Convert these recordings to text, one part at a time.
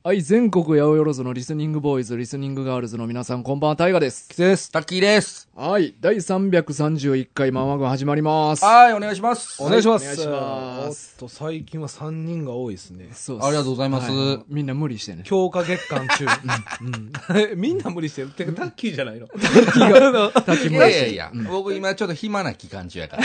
はい、全国八百万のリスニングボーイズ、リスニングガールズの皆さん、こんばんは、タイガです。 キツです。 タッキーです。 はい、第331回マンワ軍始まります。 はい、お願いします。 お願いします。 お願いします。 最近は3人が多いですね。 そうありがとうございます。 はい、みんな無理してね。 強化月間中。みんな無理してる。てか、タッキーじゃないの。タッキーいやいや、僕今ちょっと暇な期間中やから。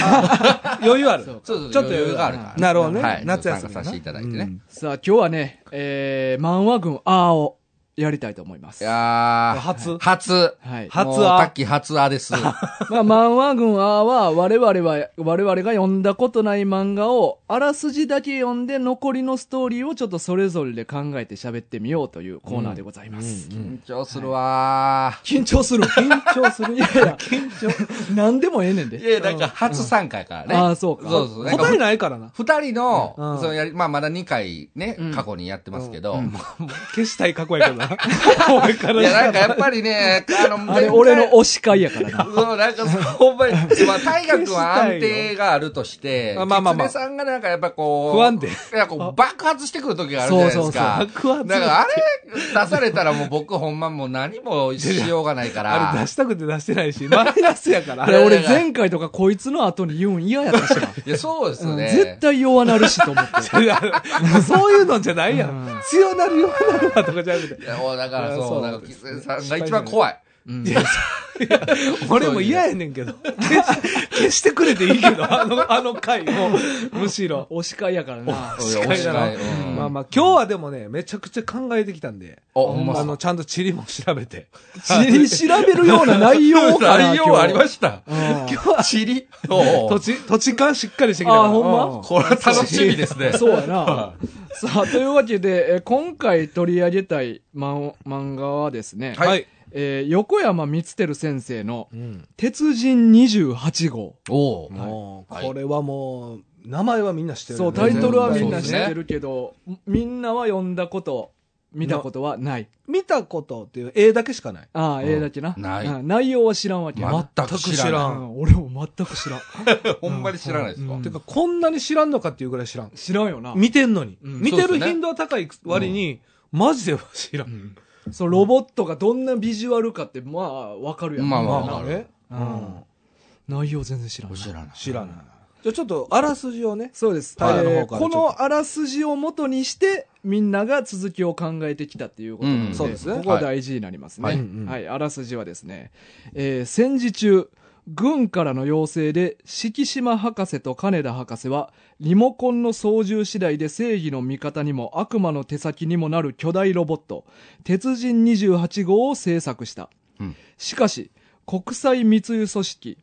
余裕ある。 ちょっと余裕があるから。 なるほどね。 はい、 夏休み参加させていただいてね。 さあ、今日はね、マンワ軍をやりたいと思います。 いやー、 初。 はい。 初タッキー初です。 まあ、漫画軍は我々が読んだことない漫画をあらすじだけ読んで残りのストーリーをちょっとそれぞれで考えて喋ってみようというコーナーでございます。 緊張するわー。緊張するいやいや、緊張。なんでもええねんで。 いやいや、なんか初参加やからね。 ああ、そうか。 そうそう。 答えないからな。 二人の、まあまだ2回ね、過去にやってますけど。 消したい過去やけどな。いや、なんかやっぱりね、 あれ俺の推し会やからな。 そう、なんかほんまに、まあ、大河君は安定があるとして、 まあキツネさんがなんかやっぱこう、 不安定。 いや、こう爆発してくる時があるじゃないですか。 そうだからあれ出されたらもう僕ほんまもう何もしようがないから。 あれ出したくて出してないし、マイナスやから。 俺前回とかこいつの後に言うん嫌やったしな。 いや、そうですよね。 絶対弱なるしと思って。 そういうのじゃないやん。強なる弱なるわとかじゃなくて。 いや、もうだからそう、なんかキツネさんが一番怖い。 いや、俺も嫌やねんけど。消してくれていいけど、あの回も、むしろ。 推し会やからな。 推し会だな。 まあまあ、今日はでもね、めちゃくちゃ考えてきたんで。ちゃんと地理も調べて。 地理調べるような内容かな。 内容ありました。 今日は地理土地勘しっかりしてきたから。 あ、ほんまこれは楽しみですね。 そうやな。さあ、というわけで、今回取り上げたい漫画はですね。 はい。 横山光輝先生の鉄人28号。 これはもう、名前はみんな知ってる。 そう、タイトルはみんな知ってるけど、みんなは読んだこと、見たことはない。 見たことっていう絵だけしかない。 ああ、絵だけな。 ない。 内容は知らんわけ。 全く知らん。 俺も全く知らん。 ほんまに知らないですか。 てか、こんなに知らんのかっていうぐらい知らん。 知らんよな。 見てんのに。見てる頻度は高い割に、マジでは知らん。 そう、ロボットがどんなビジュアルかって、まあ、わかるやん。 まあわかる。 内容全然知らん。 知らない。じゃあちょっとあらすじをね。 そうです。このあらすじを元にして、みんなが続きを考えてきたっていうことなので、 そうですね。 ここは大事になりますね。はい。あらすじはですね、戦時中、軍からの要請で、敷島博士と金田博士は、リモコンの操縦次第で正義の味方にも悪魔の手先にもなる巨大ロボット、鉄人28号を製作した。しかし、国際密輸組織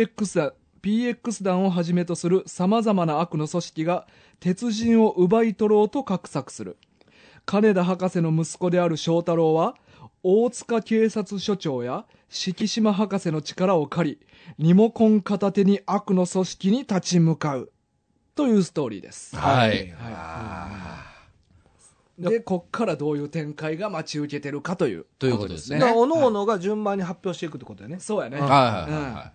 PX 団をはじめとする様々な悪の組織が鉄人を奪い取ろうと画策する。金田博士の息子である翔太郎は、大塚警察署長や敷島博士の力を借り、リモコン片手に悪の組織に立ち向かうというストーリーです。 はい。 で、こっからどういう展開が待ち受けてるかということですね。 おのおのが順番に発表していくってことだよね。 そうやね。 はい。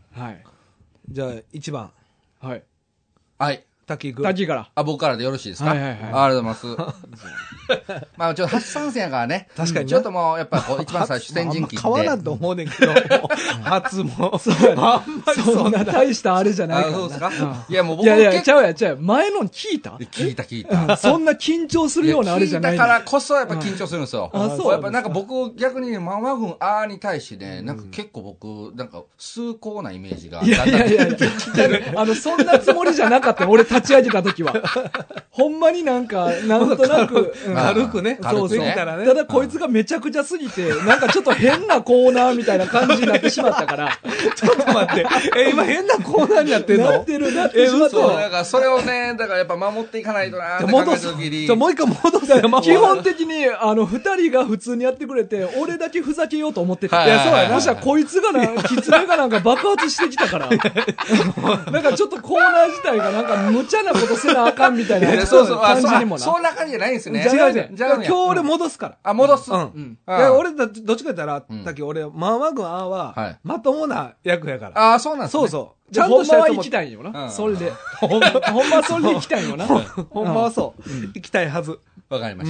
じゃあ、1番。 はい。 はい。 滝から。 僕からでよろしいですか。 はい。 ありがとうございます。まあ、ちょっと初参戦やからね。 確かに。 ちょっともう、やっぱ、一番最初、先陣切って。 変わらんと思うねんけど、初も。 そうやね。あんまりそんな大したあれじゃないから。 そうですか。いや、もう僕いや、ちゃう。前の聞いた。 聞いた。 そんな緊張するようなあれじゃない。 だからこそ、やっぱ緊張するんですよ。 そう。 やっぱなんか僕、逆にマンワ軍に対してね、なんか結構僕、なんか、崇高なイメージが。 いや。そんなつもりじゃなかったよ。俺立ち上げた時は。ほんまになんとなく、 軽くね。 そうできたらね。ただこいつがめちゃくちゃすぎて、なんかちょっと変なコーナーみたいな感じになってしまったから。 ちょっと待って。今変なコーナーになってんの？ なってしまった。 そう、だからそれをね、だからやっぱ守っていかないとなーって考えた時に。 もう一回戻すよ。 基本的に、二人が普通にやってくれて、俺だけふざけようと思ってて。 いや、 そうやな。そしたらこいつがキツネがなんか爆発してきたから。なんかちょっとコーナー自体がなんか無茶なことせなあかんみたいな感じにもな。 そんな感じじゃないんですね。 違う。今日俺戻すから。 あ、戻す。 俺どっちか言ったら、さっき俺、マンワ軍は、まともな役やから。 あ、そうなんですね。 そう。 ちゃんとしたやつも。ほんまは行きたいんよな。それで。ほんまはそれで行きたいんよな。 ほんまはそう。行きたいはず。 わかりました。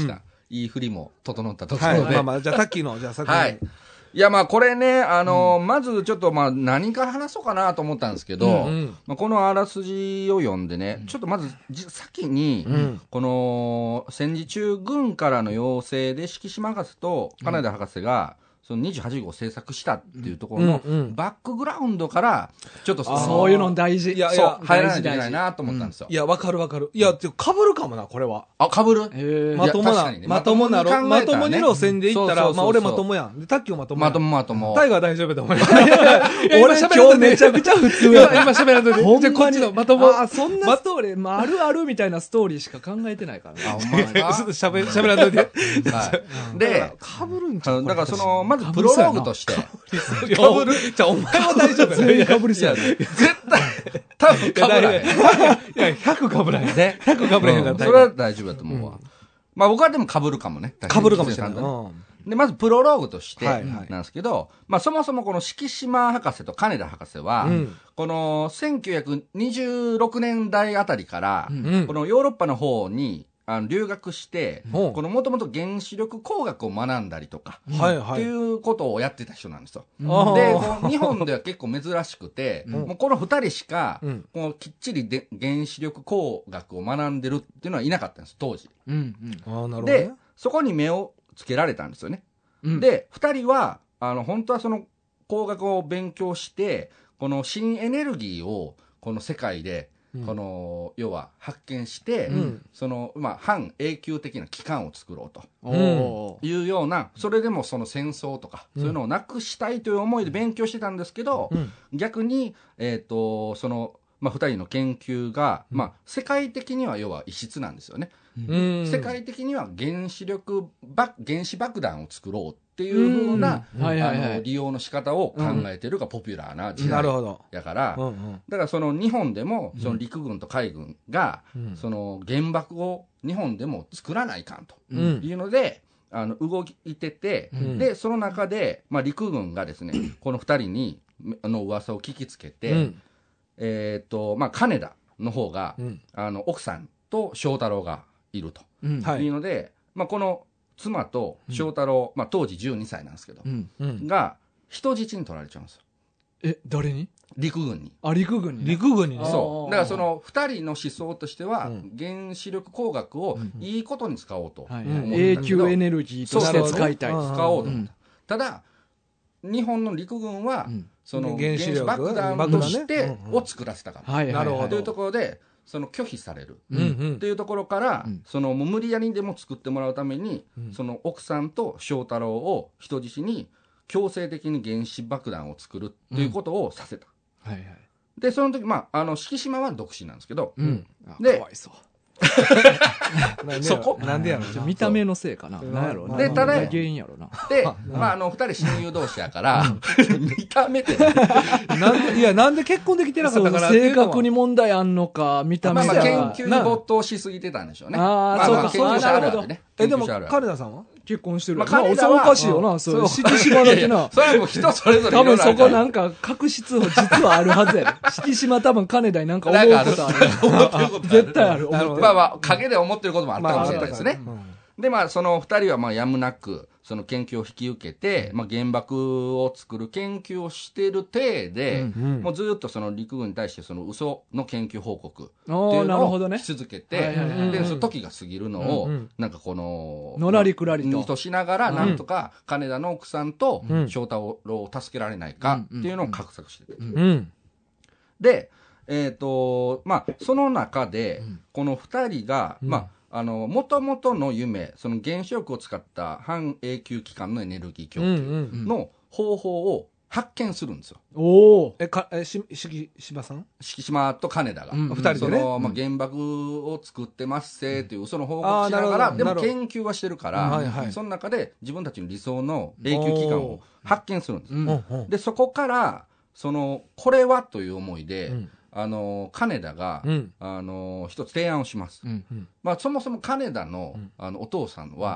いい振りも整ったところで。 はい。まあまあ、じゃあ、タッキーの、じゃあ、先に。 はい。いや、まあ、これね、まずちょっと、まあ、何から話そうかなと思ったんですけど、まあ、このあらすじを読んでね、ちょっとまず、先に、この、戦時中軍からの要請で、敷島博士と金田博士が、その28号を制作したっていうところのバックグラウンドから、ちょっとそういうの大事。 いや、そう、入らないといけないなと思ったんですよ。 いや、わかる。いや、被るかもな、これは。 あ、被るまともな、まともな、まともに路線で行ったら、まあ俺まともやん。で、タッキーもまともやん。 まとも。 タイガー大丈夫だと思います。 俺今日めちゃくちゃ普通や。 今喋らんといて。じゃあこっちのまとも。 あ、そんなストーリー、まあ、あるみたいなストーリーしか考えてないからね。 あ、ほんまやな。 喋らんといて。 で、 被るんちゃうだからその、まずプロローグとして。 被るじゃあお前は大丈夫全員被りそうやね。 絶対、多分被らへん。 いや、100被らへん。 ね。 100被らへんからそれは大丈夫だと思うわ。まあ僕はでも被るかもね。 被るかもしれない。 で、まずプロローグとしてなんですけど、まあそもそもこの敷島博士と金田博士は、この1926年代あたりから、このヨーロッパの方に留学して、このもともと原子力工学を学んだりとか、っていうことをやってた人なんですよ。で、日本では結構珍しくて、もうこの2人しか、こうきっちりで原子力工学を学んでるっていうのはいなかったんです、当時。で、そこに目をつけられたんですよね。で、2人は、本当はその工学を勉強して、この新エネルギーをこの世界で、この要は発見して、そのまあ半永久的な機関を作ろうというような、それでもその戦争とか、そういうのをなくしたいという思いで勉強してたんですけど、逆にそのまあ2人の研究がまあ世界的には要は異質なんですよね。世界的には原子爆弾を作ろうっていう風な利用の仕方を考えてるがポピュラーな時代やから、だからその日本でもその陸軍と海軍がその原爆を日本でも作らないかんというので動いてて、でその中でまあ陸軍がですねこの2人にの噂を聞きつけて、まあ金田の方が奥さんと翔太郎がいるというので、まあこの妻と翔太郎、まあ当時12歳なんですけど、が人質に取られちゃうんですよ。 え、誰に？ 陸軍に。 あ、陸軍に。 陸軍にね。 そう。だからその2人の思想としては、原子力工学をいいことに使おうと思ったけど。 永久エネルギーとして使いたい。 使おうと思った。ただ、日本の陸軍は、その原子爆弾としてを作らせたから。なるほど。というところで、その拒否されるっていうところから、その無理やりでも作ってもらうために、その奥さんと翔太郎を人質に強制的に原子爆弾を作るっていうことをさせた。でその時まあ敷島は独身なんですけど、 でかわいそう。 そこなんでやろ見た目のせいかな。なんやろう。 でただ原因やろな。 でまあ2人親友同士やから見た目っていやなんで結婚できてなかったから性格に問題あんのか見た目まあ研究に没頭しすぎてたんでしょうね。 ああそうか研究者あるあるね。 でも金田さんは結婚してる。 まあ金田はおかしいよな。そう敷島だけな。 それはもう人それぞれ。 多分そこなんか確執実はあるはずやで。敷島多分金田になんか思うことある。絶対ある。 まあまあ陰で思ってることもあったかもしれないですね。でまあその2人はまあやむなくその研究を引き受けて、まあ、原爆を作る研究をしている体で、もうずっとその陸軍に対してその嘘の研究報告っていうのをし続けて、でその時が過ぎるのを、なんかこののらりくらりとしながらなんとか金田の奥さんと翔太郎を助けられないかっていうのを画策してて、でまあその中でこの2人が、まあもともとの夢、その原子力を使った半永久期間のエネルギー供給の方法を発見するんですよ。 敷島さん？ 敷島と金田が。 二人でね。 まあ、原爆を作ってますせーっていうその報告しながら、でも研究はしてるから、その中で自分たちの理想の永久期間を発見するんです。で、そこから、これはという思いで、金田が、一つ提案をします。まあ、そもそも金田の、お父さんは、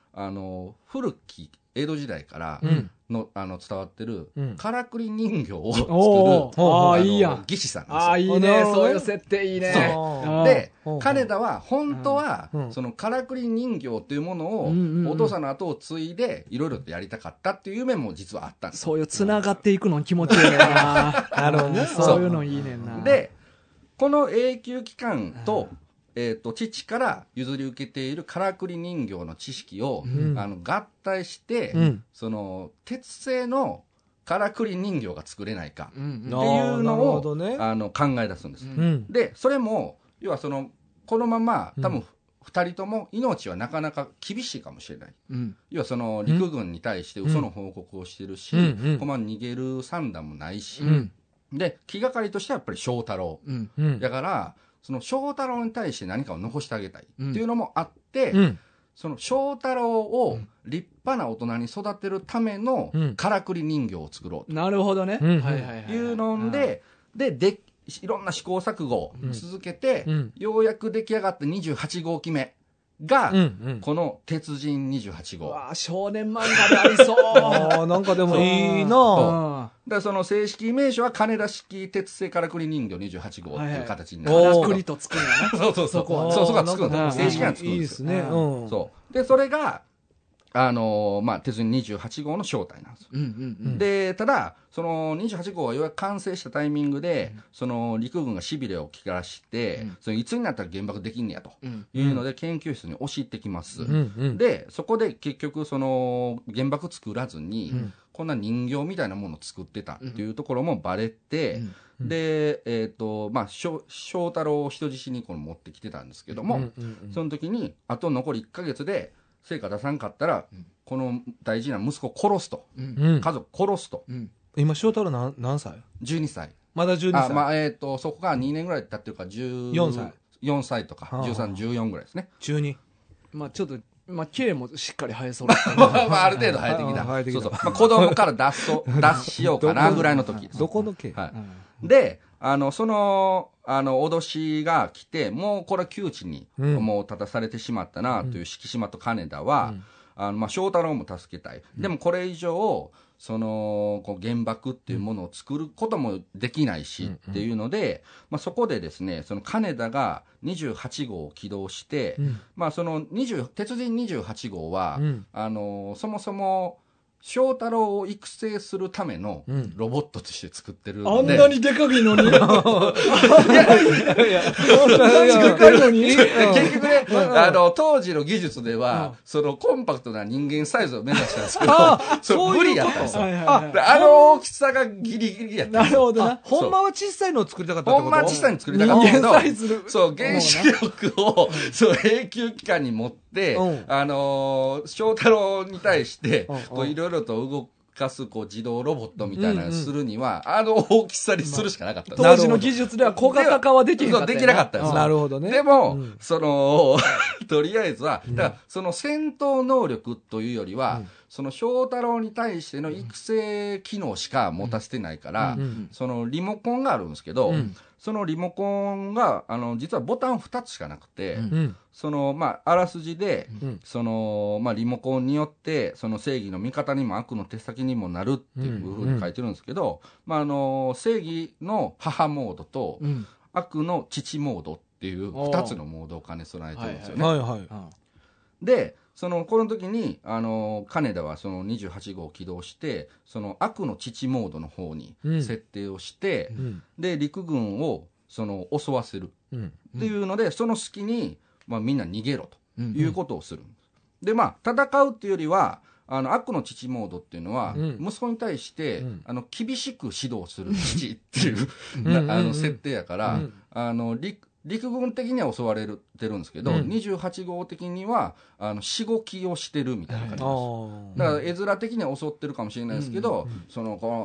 古き江戸時代からの、伝わってる、からくり人形を作る、 いいやん。 技師さんなんですよ。 いいね。そういう設定いいね。 で、金田は、本当は、そのからくり人形っていうものを、お父さんの後を継いで、いろいろとやりたかったっていう夢も実はあったんです。 そういう繋がっていくの気持ちいいな。 なるほどね。 そういうのいいねんな。 で、この永久期間と、父から譲り受けているからくり人形の知識を、合体して、その鉄製のからくり人形が作れないかっていうのを、考え出すんです。でそれも要はこのまま多分2人とも命はなかなか厳しいかもしれない、要はその陸軍に対して嘘の報告をしてるし、逃げる算段もないし、で気がかりとしてはやっぱり翔太郎、だからその翔太郎に対して何かを残してあげたいっていうのもあって、その翔太郎を立派な大人に育てるためのからくり人形を作ろうと、 なるほどね。 いうので、いろんな試行錯誤を続けて、ようやく出来上がった28号機目が、この鉄人28号。 少年漫画でありそう。 なんかでもいいな。 だその正式名称は金田式鉄製からくり人形28号っていう形になる。 からくりとつくんやな。 そうそこがつくんです。正式にはつくんです。 いいですね。 で、それが、鉄人28号の正体なんですよ。で、ただ、その28号がようやく完成したタイミングで、その陸軍がしびれを切らして、いつになったら原爆できんねやというので、研究室に押し入ってきます。で、そこで結局、その原爆作らずに、こんな人形みたいなものを作ってたっていうところもバレて、で、翔太郎を人質に持ってきてたんですけども、その時に、あと残り1ヶ月で、成果出さんかったら、この大事な息子を殺すと、家族殺すと。 今翔太郎何歳 ?12 歳。 まだ12歳。 そこから2年ぐらい経ってるから4歳とか13、14ぐらいですね。 中2。 ちょっと毛もしっかり生えそうある程度生えてきた。子供から脱しようかなぐらいの時です。 どこの毛？ で、その脅しが来て、もうこれは窮地にもう立たされてしまったなという敷島と金田は、翔太郎も助けたい。でもこれ以上、原爆っていうものを作ることもできないしっていうので、そこでですね、その金田が28号を起動して、鉄人28号は、そもそも、翔太郎を育成するためのロボットとして作ってるんで、あんなにでかいのにいやでかいのに結局ね、当時の技術では、そのコンパクトな人間サイズを目指したんですけど、それ無理やったんですよ。大きさがギリギリやった。 なるほどな。 ほんまは小さいのを作りたかったってこと？ ほんまは小さいの作りたかったけど、 そう、原子力を、永久期間に持って、翔太郎に対して、いろいろと動かす自動ロボットみたいなのをするには、大きさにするしかなかった。 当時の技術では小型化はできなかった。 できなかったんですよ。 なるほどね。 でも、とりあえずは、だからその戦闘能力というよりは、その翔太郎に対しての育成機能しか持たせてないから、そのリモコンがあるんですけど、そのリモコンが、実はボタン2つしかなくて、あらすじで、リモコンによって、正義の味方にも悪の手先にもなるっていうふうに書いてるんですけど、正義の母モードと、悪の父モードっていう2つのモードを兼ね備えてるんですよね。で、この時に、金田はその28号を起動して、悪の父モードの方に設定をして、で、陸軍を、襲わせる。っていうので、その隙に、みんな逃げろということをする。で、戦うっていうよりは、悪の父モードっていうのは、息子に対して、厳しく指導する父っていう設定やから、陸軍的には襲われてるんですけど、28号的にはしごきをしてるみたいな感じです。だから絵面的には襲ってるかもしれないですけど、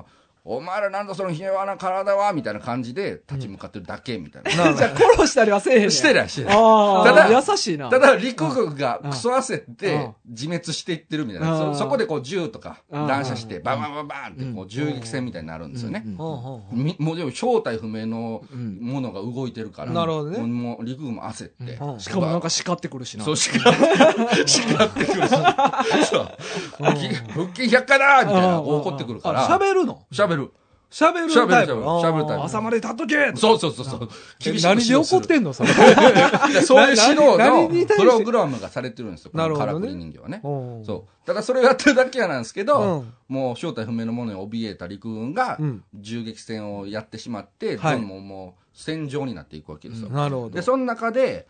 お前らなんだそのひ弱な体はみたいな感じで立ち向かってるだけみたいな。 じゃあ殺したりはせえへんねん。 してない。 ああ、優しいな。 ただ陸軍がクソ焦って自滅していってるみたいな。そこでこう銃とか乱射してバンバンバンバンってこう銃撃戦みたいになるんですよね。もうでも正体不明のものが動いてるから、 なるほどね。 もう陸軍も焦って。 しかもなんか叱ってくるしな。 そう、叱ってくるし。そう。腹筋100回だみたいな怒ってくるから。 喋るの？ 喋るタイプ。 朝まで立っとけ。 そう。 何で怒ってんのそれ。 そういう指導のプログラムがされてるんですよ。 なるほどね。 からくり人形はね。そう。だからそれをやってるだけなんですけど、もう正体不明のものに怯えた陸軍が銃撃戦をやってしまって、どんどんもう戦場になっていくわけですよ。 なるほど。 で、その中で、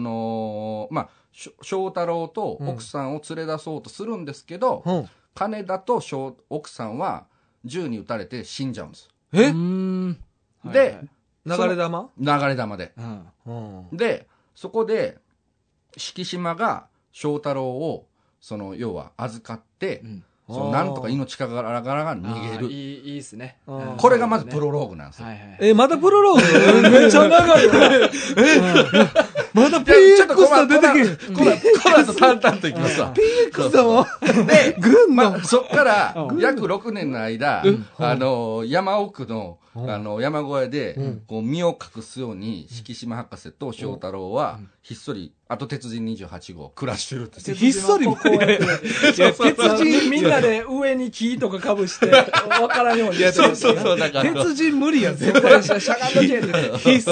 翔太郎と奥さんを連れ出そうとするんですけど、金田と奥さんは銃に撃たれて死んじゃうんです。で、 流れ弾で。で、そこで、敷島が翔太郎を、要は預かって、なんとか命からがら逃げる。 いいっすね。 これがまずプロローグなんですよ。まだプロローグめっちゃ長いよ。まだ PX さん出てけん。 この後淡々といきますわ。 PX さんはで、軍の。そっから約6年の間、山奥の、山小屋で、こう身を隠すように、敷島博士と翔太郎は、ひっそり、あと鉄人28号暮らしてるって。 ひっそりこうやって。 鉄人みんなで上に木とかかぶして、わからんようにやってる。 そう、だから。 鉄人無理やん、絶対。 しゃがんどけって。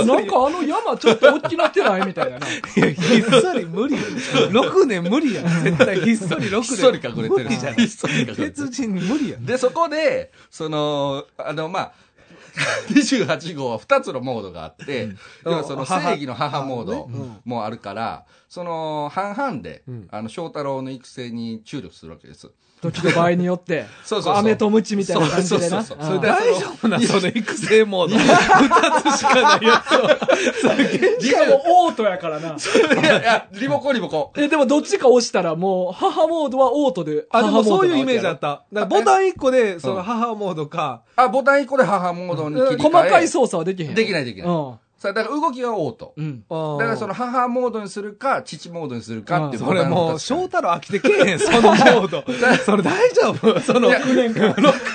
なんか山ちょっと大きなってないみたいな。 ひっそり無理やん。6年無理やん。絶対ひっそり6年。 ひっそり隠れてる。 ひっそり隠れてる。鉄人無理やん。 で、そこで、28号は2つのモードがあって、要は正義の母モードもあるから、半々で、翔太郎の育成に注力するわけです。 時と場合によって、飴とムチみたいな感じでな。 それ大丈夫なその育成モード。2つしかないやつを。 しかもオートやからな。 いや、リモコン。 でもどっちか押したらもう、母モードはオートで。 でもそういうイメージあった。ボタン1個で、母モードか。 ボタン1個で母モードに切り替え。 細かい操作はできへん。 できない。だから動きはオート。だから母モードにするか、父モードにするかっていう。 それもう、翔太郎飽きてけえへん、そのモード。それ大丈夫 6年間。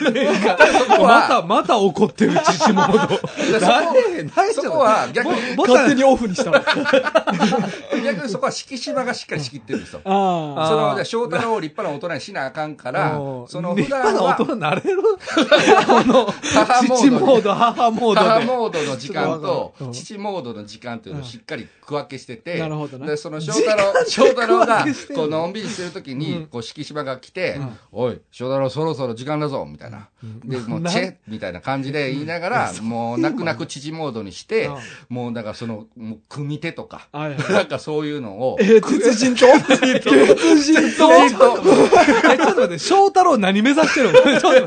また怒ってる父モード。大丈夫そこは逆に、 勝手にオフにしたの。 逆にそこは敷島がしっかり仕切ってるんですよ。翔太郎を立派な大人にしなあかんから、 立派な大人になれる父モード、母モード。 母モードの時間と、父モードの時間というのをしっかり区分けしてて、 なるほどね。 で、翔太郎が、こう、のんびりしてるときに、こう、敷島が来て、おい、翔太郎そろそろ時間だぞ、みたいな。で、もう、チェみたいな感じで言いながら、もう、泣く泣く父モードにして、もう、だからもう、組手とか、なんかそういうのを。 鉄人とちょっと待って、翔太郎何目指してるの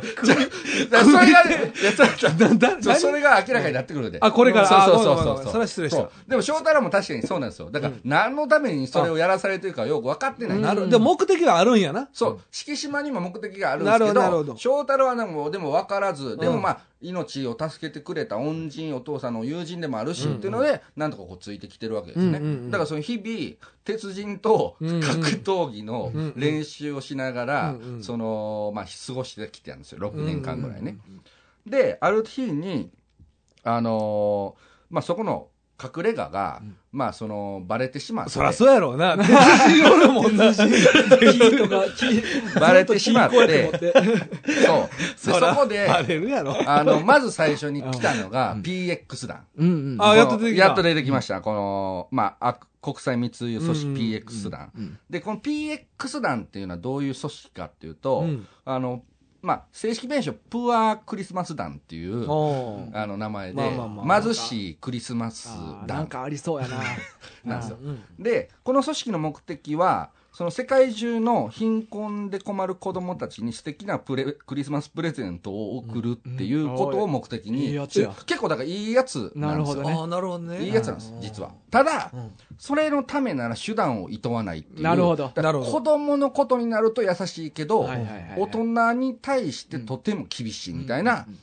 それが明らかになってくるで。 これから。 そう。 それは失礼した。 でも翔太郎も確かにそうなんですよ。だから、何のためにそれをやらされてるかよく分かってない。 なるほど。でも目的があるんやな。 そう。敷島にも目的があるんですけど、翔太郎はでも分からず、でも命を助けてくれた恩人、お父さんの友人でもあるし、っていうので、なんとかこうついてきてるわけですね。だからその日々、鉄人と格闘技の練習をしながら、過ごしてきてたんですよ。6年間ぐらいね。で、ある日に、そこの隠れ家が、バレてしまって。 そらそうやろうな。鉄人おるもんな。 バレてしまって、そう。そこで、まず最初に来たのが PX 団。 やっと出てきた。 やっと出てきました。この、国際密輸組織 PX 団。で、この PX 団っていうのはどういう組織かっていうと、正式名称、プアクリスマス団っていう名前で、貧しいクリスマス団。 なんかありそうやな。 なんですよ。で、この組織の目的は、その世界中の貧困で困る子供たちに素敵なクリスマスプレゼントを贈るっていうことを目的に、結構だからいいやつなんですよ。 なるほどね。 いいやつなんです、実は。ただ、それのためなら手段を厭わないっていう。 なるほど。 子供のことになると優しいけど、大人に対してとても厳しいみたいな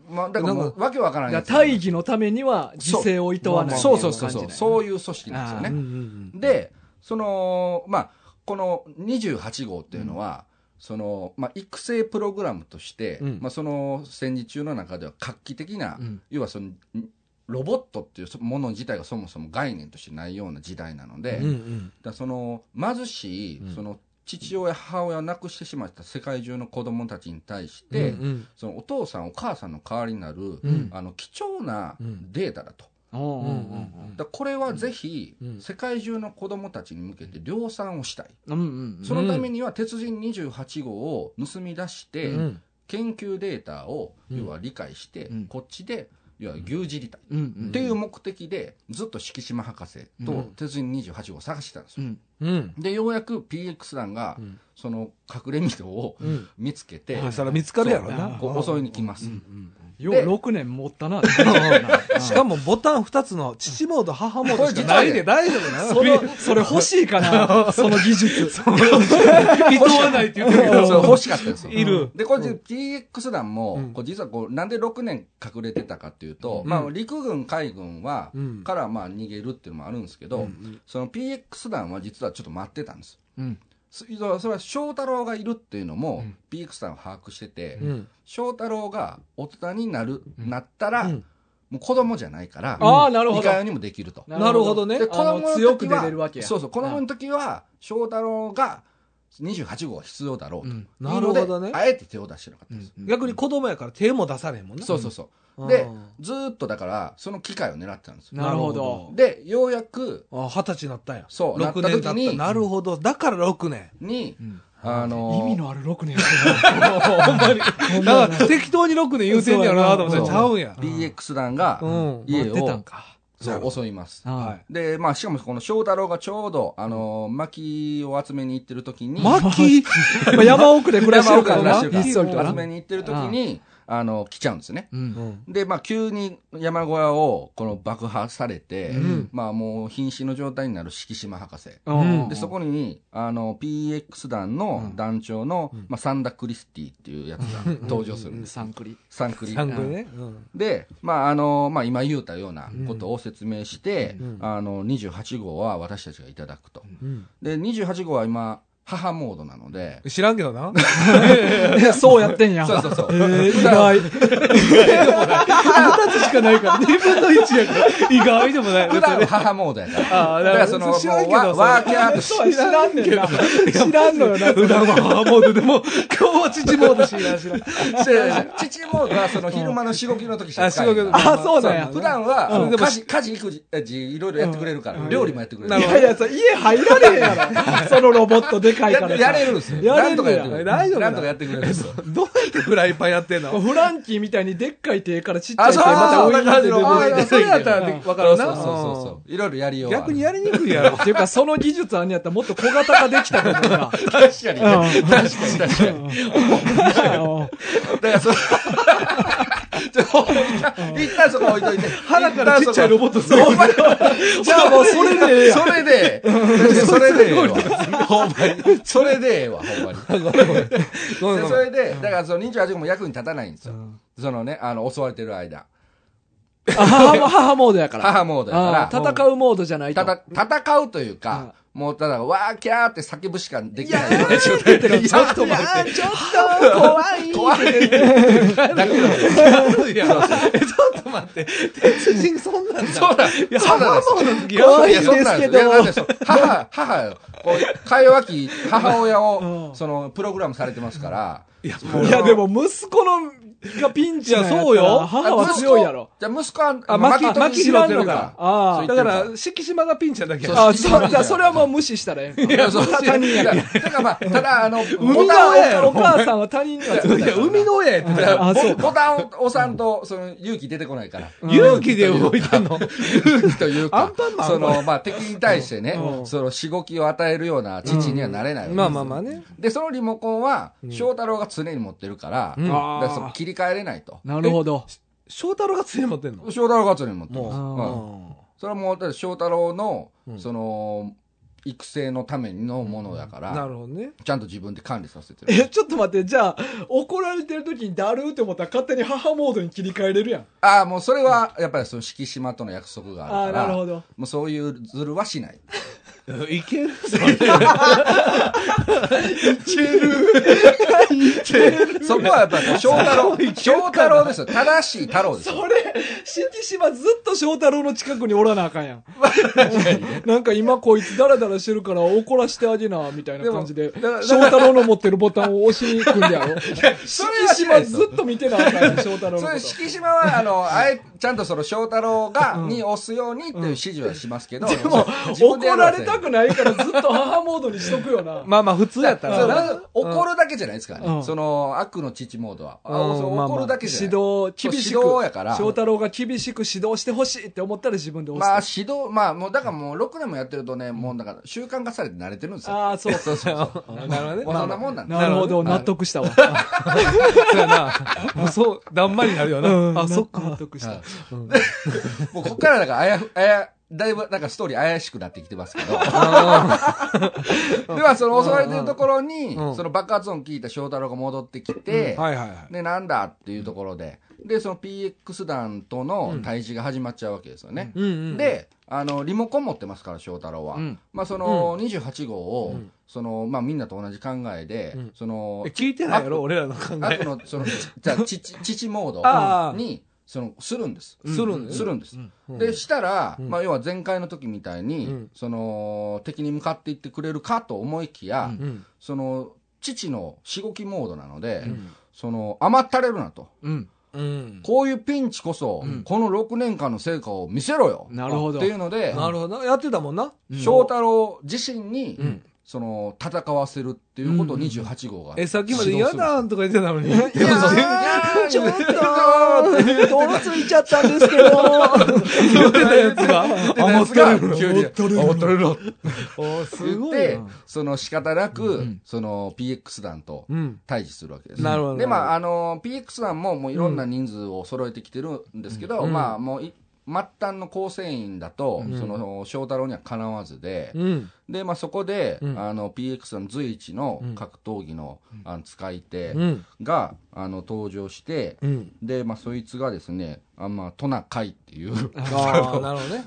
まあ、だからもうわけわからないやつ。 大義のためには犠牲をいとわない。 そうそうそうそう。そういう組織なんですよね。で、まあ、この28号っていうのは、まあ、育成プログラムとして、まあ、戦時中の中では画期的な、要はロボットっていうもの自体がそもそも概念としてないような時代なので、だ貧しい、父親母親を亡くしてしまった世界中の子供たちに対して、お父さんお母さんの代わりになる、貴重なデータだと。だこれはぜひ、世界中の子供たちに向けて量産をしたい、そのためには鉄人28号を盗み出して、研究データを要は理解して、こっちで要は牛耳りたい、っていう目的でずっと敷島博士と鉄人28号を探してたんですよ、でようやく PX 団がその隠れ溝を見つけて、 それ見つかるやろな、 襲いに来ます、 よう6年持ったな。 しかもボタン2つの父モード母モードしかないで大丈夫なの。 それ欲しいかな、その技術。 いとわないって言ってるけど。 欲しかったですよ。 いる。 で、これ PX 団も、実はなんで6年隠れてたかっていうと、まあ陸軍海軍からまあ逃げるっていうのもあるんですけど、その PX 団は実はちょっと待ってたんです。それは翔太郎がいるっていうのも PX さんは把握してて、翔太郎が大人になったら、もう子供じゃないから、いかようにもできると。 なるほどね。 で子供の強く出れるわけや。 そうそう、子供の時は翔太郎が28号は必要だろうと。 なるほどね。 あえて手を出してなかったんです。 逆に子供やから手も出されへんもんね。 そうそうそう。で、ずーっとだから、その機会を狙ってたんですよ。 なるほど。 で、ようやく、 20歳になったんや。 そう、なった時に、 なるほど。だから6年。 に、 意味のある6年ほんまに。だから適当に6年言うてんねやろなと思ってちゃうんや。 BX 団が家を襲います。で、まあ、しかもこの翔太郎がちょうど、薪を集めに行ってる時に、 薪山奥で暮らしてるからな。 集めに行ってる時に、来ちゃうんですね。で、まあ、急に山小屋を爆破されて、まあ、もう瀕死の状態になる敷島博士。で、そこに、PX 団の団長の、まあ、サンダ・クリスティっていうやつが登場するんです。 サンクリね。 で、まあ、まあ、今言うたようなことを説明して、28号は私たちがいただくと。で、28号は今、母モードなので。 知らんけどな。 そうやってんや。 そうそうそう。 意外。2つしかないから。 2分の1やから。意外でもない。 普段は母モードやから。だからその、ワーキャーと知らんねんな。知らんのよな。 普段は母モードでも、今日は父モード知らん。 父モードはその昼間の仕事の時しか使えない。 あ、そうなんや。 普段は、家事、育児、いろいろやってくれるから。料理もやってくれる。 いやいや、家入られへんやろ。そのロボットでかいから。 やれるんですよ。なんとかやってくれる。 大丈夫なんとかやってくれるんですよ。 どうやってフライパンやってんの？ フランキーみたいにでっかい手からちっちゃい手また上に出てる。 それやったらわかるな。 そう。いろいろやりよう。 逆にやりにくいやろ。 っていうか、その技術あんねやったらもっと小型ができたと思うな。 確かに。確かに。だから一旦そこ置いといて。 腹からちっちゃいロボットする。 じゃあもうそれでええやん。 それでええわ。ほんまに。それでええわ、ほんまに。それで、だからその28号も役に立たないんですよ。そのね、襲われてる間。 母モードやから。 母モードやから。 戦うモードじゃないと。 戦うというか、もうただ、わーキャーって叫ぶしかできない。ちょっと待って。ちょっと怖い。 怖い。だけど、 ちょっと待って。鉄人そんなんだ。 そうだ。いや、母モードの時怖いですけど。 母よ。か弱き母親を、プログラムされてますから。 いや、でも息子の、がピンチやそうよ。 母は強いやろ。 じゃあ息子は、 巻き拾ってるから。だから、敷島がピンチやだけや。 じゃあそれはもう無視したらええ。いや、他人や。 だからまあ、ただ、 海の親やろ。お母さんは他人には強い。いや、海の親やって。 ボタンを押さんと、勇気出てこないから。 勇気で動いてんの？ 勇気というか、まあ、敵に対してね、しごきを与えるような父にはなれない。 まあまあまあね。 で、そのリモコンは、翔太郎が常に持ってるから、切り替えれないと。 なるほど。 翔太郎が常に持ってんの？ 翔太郎が常に持ってます。それはもう、翔太郎の、 育成のためのものだから、 なるほどね。 ちゃんと自分で管理させてる。 ちょっと待って、じゃあ、怒られてる時にだるーって思ったら勝手に母モードに切り替えれるやん。 ああ、もうそれは、やっぱりその敷島との約束があるから、 なるほど。 もうそういうズルはしない。 いけるそれ。いける。そこはやっぱり翔太郎ですよ。正しい太郎ですよ。 それ、敷島ずっと翔太郎の近くにおらなあかんやん。なんか今こいつダラダラしてるから怒らしてあげな、みたいな感じで、翔太郎の持ってるボタンを押しに行くんだよ。敷島ずっと見てなあかんやん、翔太郎のこと。 それ敷島は、ちゃんとその翔太郎に押すようにっていう指示はしますけど、 でも、怒られたくないからずっと母モードにしとくよな。 まあまあ普通やったら。 怒るだけじゃないですからね。その、悪の父モードは。怒るだけじゃない。 指導、厳しく。 指導やから。 翔太郎が厳しく指導してほしいって思ったら自分で押す。 指導、もうだからもう6年もやってるとね、もうだから習慣化されて慣れてるんですよ。 ああ、そう。 なるほどね。 そんなもんなんなるほど、納得したわ。 そうやな。もうそう、だんまりになるよな。 あ、そっか。納得した。 もうこっからだからだいぶなんかストーリー怪しくなってきてますけど。ではその襲われてるところに、その爆発音聞いた翔太郎が戻ってきて、で、なんだっていうところで、で、その PX 団との対峙が始まっちゃうわけですよね。で、リモコン持ってますから、翔太郎は。その28号を、みんなと同じ考えで、 聞いてないやろ俺らの考え。 悪の、じゃあ、父モードに、するんです。するんです。で、したら、要は前回の時みたいに、敵に向かっていってくれるかと思いきや、父のしごきモードなので、甘ったれるなと。こういうピンチこそ、この6年間の成果を見せろよ。 なるほど。 っていうので、 なるほど。やってたもんな。 翔太郎自身に、戦わせるっていうことを28号が。 さっきまで嫌だとか言ってたのに。ちょっと泥ついちゃったんですけど。 言ってたやつが。 思ってるの。 すごい。 で、仕方なく、PX 団と対峙するわけです。 なるほど。 で、PX 団ももういろんな人数を揃えてきてるんですけど、もう、末端の構成員だと、翔太郎にはかなわずで、で、そこで、PX の随一の格闘技の、使い手が、登場して、で、そいつがですね、トナカイっていう、 なるほどね。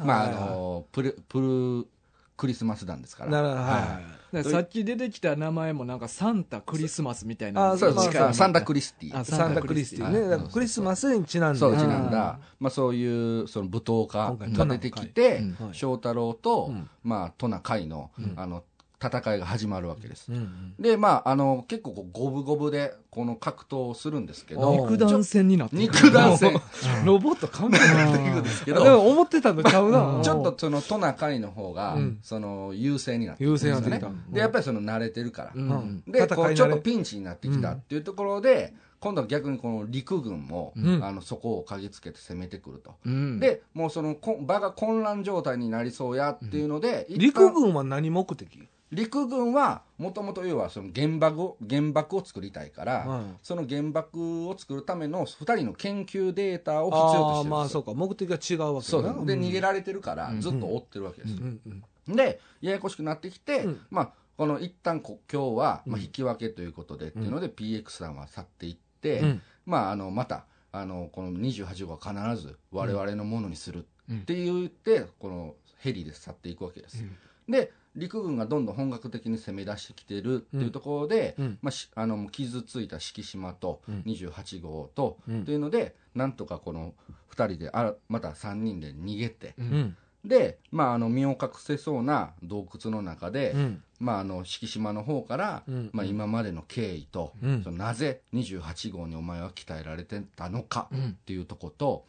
クリスマス団ですから。 なるほど、 さっき出てきた名前もなんかサンタクリスマスみたいな。 そうです。サンタクリスティ。 サンタクリスティね。だからクリスマスにちなんで。 そう、ちなんだ。そういう、舞踏家が出てきて、翔太郎と、トナカイの、戦いが始まるわけです。で、結構五分五分で、この格闘をするんですけど。 肉弾戦になって肉弾戦。 ロボット考えていくんですけど。 でも思ってたのちゃうな。 ちょっとトナカイの方が、優勢になってるんですよね。で、やっぱり慣れてるから。で、ちょっとピンチになってきたっていうところで、今度は逆にこの陸軍も、そこを嗅ぎつけて攻めてくると。で、もう場が混乱状態になりそうやっていうので、 陸軍は何目的？ 陸軍はもともと要は原爆を作りたいから、その原爆を作るための2人の研究データを必要としてるんです。 そうか、目的が違うわけだな。 そうで、逃げられてるからずっと追ってるわけです。で、ややこしくなってきて、この一旦今日は引き分けということでっていうので PX さんは去っていって、またこの28号は必ず我々のものにするって言って、このヘリで去っていくわけです。で、陸軍がどんどん本格的に攻め出してきてるっていうところで、傷ついた敷島と28号と、っていうので、なんとかこの2人で、また3人で逃げて、で、身を隠せそうな洞窟の中で、敷島の方から、今までの経緯と、なぜ28号にお前は鍛えられてたのかっていうとこと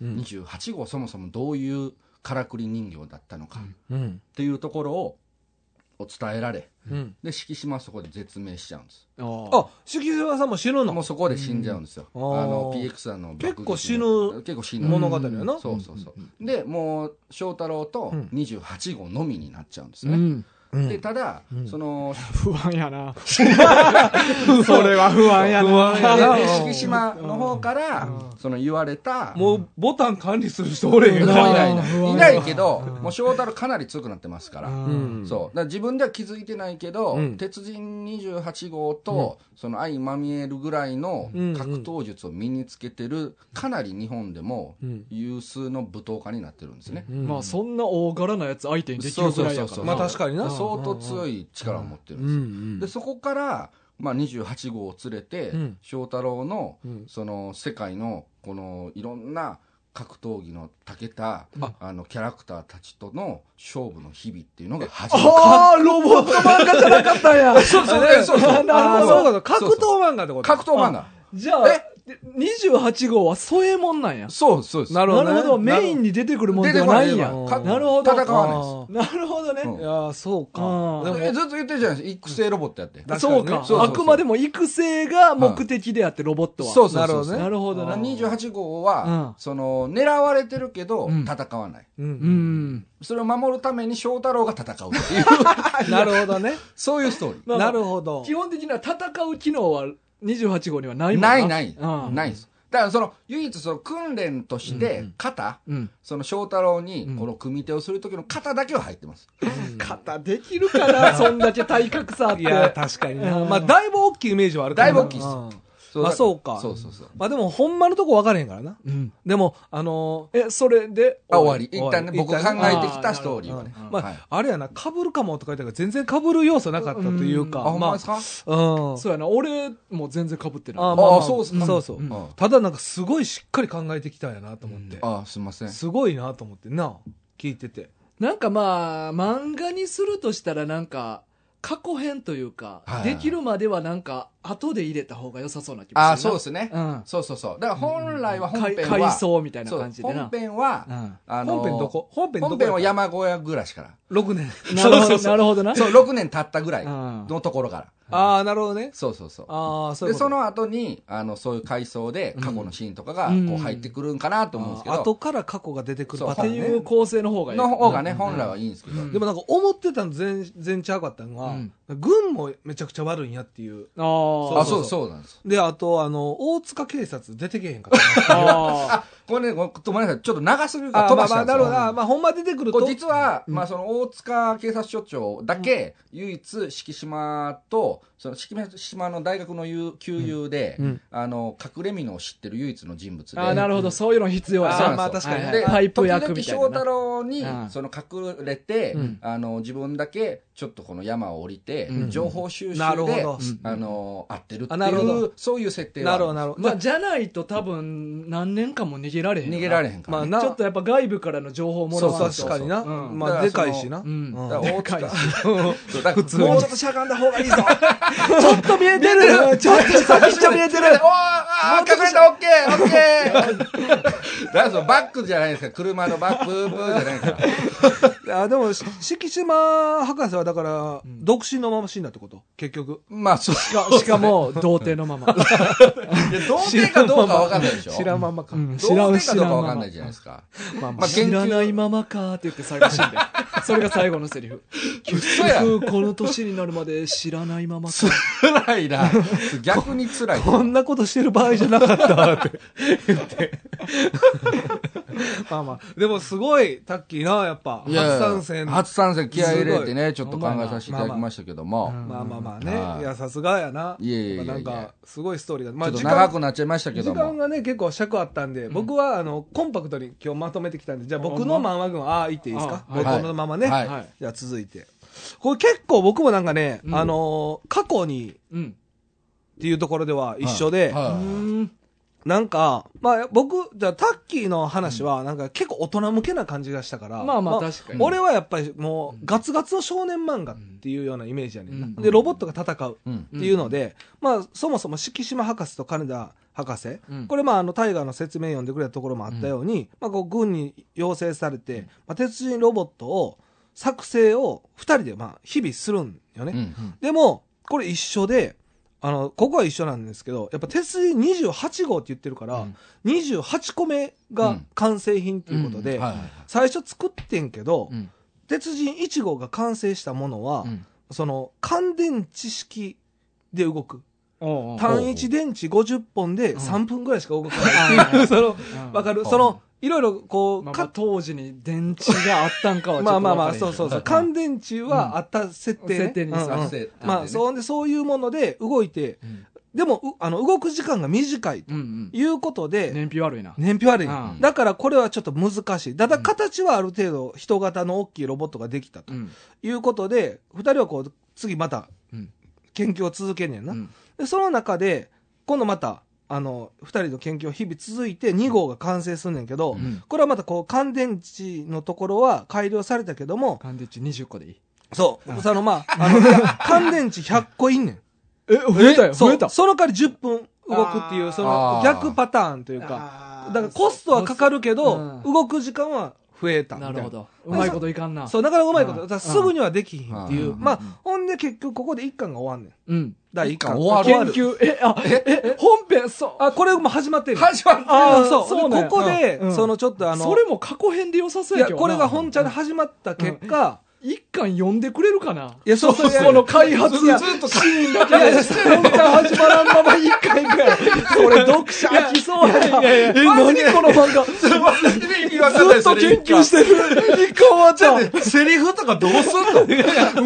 、28号そもそもどういうからくり人形だったのかっていうところを伝えられ、で敷島はそこで絶命しちゃうんです。 敷島さんも死ぬの？ もうそこで死んじゃうんですよ。PX さんの結構死ぬ物語やな。 そうでもう翔太郎と28号のみになっちゃうんですね。 で、ただ、その、 不安やな。それは不安やな。 で敷島の方から、その言われた、 もうボタン管理する人おれへんいないけど、もう翔太郎かなり強くなってますから。そう。だから自分では気づいてないけど、鉄人28号と、その相まみえるぐらいの格闘術を身につけてる、かなり日本でも有数の武闘家になってるんですね。 まあそんな大柄なやつ相手にできるぐらいやから。 まあ確かにな。 相当強い力を持ってるんですよ。で、そこから、まあ、28号を連れて、翔太郎の、その世界のこのいろんな格闘技の長けた、キャラクターたちとの勝負の日々っていうのが始まる。 ああ、ロボット漫画じゃなかったんや。 そう。 なるほど。格闘漫画ってこと？ 格闘漫画。 じゃあ、28号は添えもんなんや。 そうです。 なるほど。メインに出てくるもんじゃないんや。なるほど。 戦わないです。 なるほどね。 いや、そうか。 でもずっと言ってるじゃないですか。育成ロボットやって。 そうか。あくまでも育成が目的であって、ロボットは。 そう。 なるほどな。 28号は、その、狙われてるけど、戦わない。それを守るために翔太郎が戦うっていう。 なるほどね。 そういうストーリー。 なるほど。 基本的には戦う機能は28号にはないもんな。ないです。だからその唯一その訓練として肩、その翔太郎にこの組み手をする時の肩だけは入ってます。 肩できるかな、そんだけ体格差あって。 いや確かにな。まあだいぶ大きいイメージはあるから。 だいぶ大きいです。 あ、そうか。 そう。 まあでも、ほんまのとこ分からへんからな。でも、 それで終わり。一旦ね、僕が考えてきたストーリーはね。 まあ、あれやな、被るかもとか言ったから全然被る要素なかったというか。 あ、ほんまですか？ そうやな、俺も全然被ってない。 あ、そうですか。 そう。ただなんかすごいしっかり考えてきたんやなと思って。 あ、すいません。 すごいなと思ってな、聞いてて。 なんかまあ、漫画にするとしたらなんか、過去編というか、できるまではなんか、後で入れた方が良さそうな気がする。 あ、そうですね。そう。だから本来は本編は。 回想みたいな感じでな。 本編は、 本編どこ？本編は山小屋暮らしから。 6年。 なるほどな。 そう、6年経ったぐらいのところから。 ああ、なるほどね。 そう。で、その後に、そういう回想で過去のシーンとかが、こう入ってくるんかなと思うんですけど。 後から過去が出てくるパターン。っていう構成の方がいい。 の方がね、本来はいいんですけど。 でもなんか思ってたの全然ちゃうかったのが、軍もめちゃくちゃ悪いんやっていう。 そうなんです。 で、あと、大塚警察出てけへんかった。 これね、ごめんなさい。ちょっと長すぎるから飛ばしたんですよ。 なるほど。まあ、ほんま出てくると。 実は、まあ、その、大塚警察署長だけ、唯一、敷島と、その、敷島の大学の旧友で、隠れ蓑を知ってる唯一の人物で。 あ、なるほど。そういうの必要やな。まあ、確かに。 で、 パイプ役みたいな。 時々翔太郎に、その、隠れて、自分だけ、ちょっとこの山を降りて、情報収集で、会ってるっていう、そういう設定は。 なるほど。 まあ、じゃないと多分、何年間も逃げられへん。 逃げられへんから。 まあ、ちょっとやっぱ外部からの情報をもらわないと。 確かにな。まあ、でかいしな。 でかいし。 普通もうちょっとしゃがんだ方がいいぞ。 ちょっと見えてる。ちょっと先っちょ見えてる。 隠れた、オッケー。だからバックじゃないですか。車のバックブーじゃないから。 でも、敷島博士はだから、独身のまま死んだってこと結局。 まあ、そう。 しかも、童貞のまま。 童貞かどうかわかんないでしょ。 知らんままか。 童貞かどうかわかんないじゃないですか。 知らないままかって言って最後死んで。それが最後のセリフ。結局、この年になるまで知らないままか。 辛いな。逆に辛い。 こんなことしてる場合じゃなかったって言って。まあ。でもすごい、タッキーな、やっぱ。 初参戦気合い入れてね、ちょっと考えさせていただきましたけども。 まあね。いや、さすがやな。 いや。 なんか、すごいストーリーが。 まあ、ちょっと長くなっちゃいましたけども。 時間がね、結構尺あったんで、僕は、コンパクトに今日まとめてきたんで、じゃあ僕の漫画群、言っていいですか？僕のままね。じゃあ続いて。これ結構僕もなんかね、過去に、っていうところでは一緒で、なんか、まあ僕、じゃあタッキーの話はなんか結構大人向けな感じがしたから、 まあ確かに。 俺はやっぱりもうガツガツの少年漫画っていうようなイメージやねんな。で、ロボットが戦うっていうので、まあそもそも敷島博士と金田博士、これまあタイガーの説明読んでくれたところもあったように、まあこう軍に養成されて、まあ鉄人ロボットを作成を2人でまあ日々するんよね。でも、これ一緒で、ここは一緒なんですけど、やっぱ鉄人28号って言ってるから、28個目が完成品っていうことで、最初作ってんけど、 鉄人1号が完成したものは、その乾電池式で動く。単一電池50本で3分ぐらいしか動かないっていう、その、わかる？その、いろいろこう、 当時に電池があったんかはちょっとまあ、そう。乾電池はあった設定ね。 設定にさせて。 まあ、そういうもので動いて、でも、動く時間が短いということで、 燃費悪いな。 燃費悪い。だからこれはちょっと難しい。ただ形はある程度人型の大きいロボットができたということで、二人はこう、次また研究を続けんねんな。で、その中で、今度また、二人の研究は日々続いて2号が完成すんねんけど、これはまたこう、乾電池のところは改良されたけども、 乾電池20個でいい？ そう。乾電池100個いんねん。 増えたよ、増えた。 その代わり10分動くっていう、その逆パターンというか、だからコストはかかるけど、動く時間は増えたみたいな。 なるほど。うまいこといかんな。 そう、だからうまいこと。だからすぐにはできひんっていう。まあ、ほんで結局ここで1巻が終わんねん。 うん。 第1巻。 終わる。研究、本編、そう。 これも始まってる。 始まってる。 そう。ここで、そのちょっとそれも過去編で良さそうやけどな。 いや、これが本ちゃんで始まった結果、 一巻読んでくれるかな？ いや、そう、 この開発や、 ずっとシーンだけで、本巻始まらんまま一巻いくやろ。それ読者飽きそうやな。何この漫画。ずっと研究してる。一巻終わっちゃう。 セリフとかどうすんの？ ウィ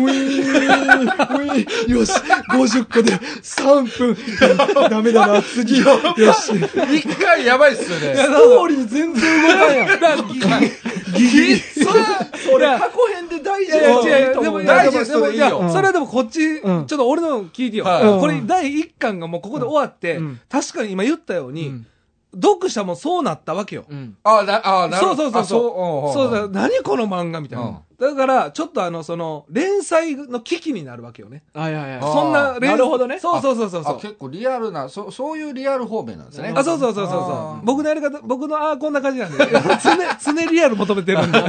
ーン。よし、50個で3分。ダメだな、次。よし。 一回やばいっすよね。 ストーリー全然動かんやん。 ギッツそれ過去編で大事でもダイジェストでいいよ。 それはでもこっち、ちょっと俺の聞いてよ。これ第1巻がもうここで終わって、確かに今言ったように、読者もそうなったわけよ。 なるほど。 そうだ、何この漫画みたいな。だから、ちょっとその、連載の危機になるわけよね。 はいはいはい。 そんななるほどね。 そう。 結構リアルな、そういうリアル方面なんですね。 そう。僕のやり方、僕のこんな感じなんで、常リアル求めてるんで。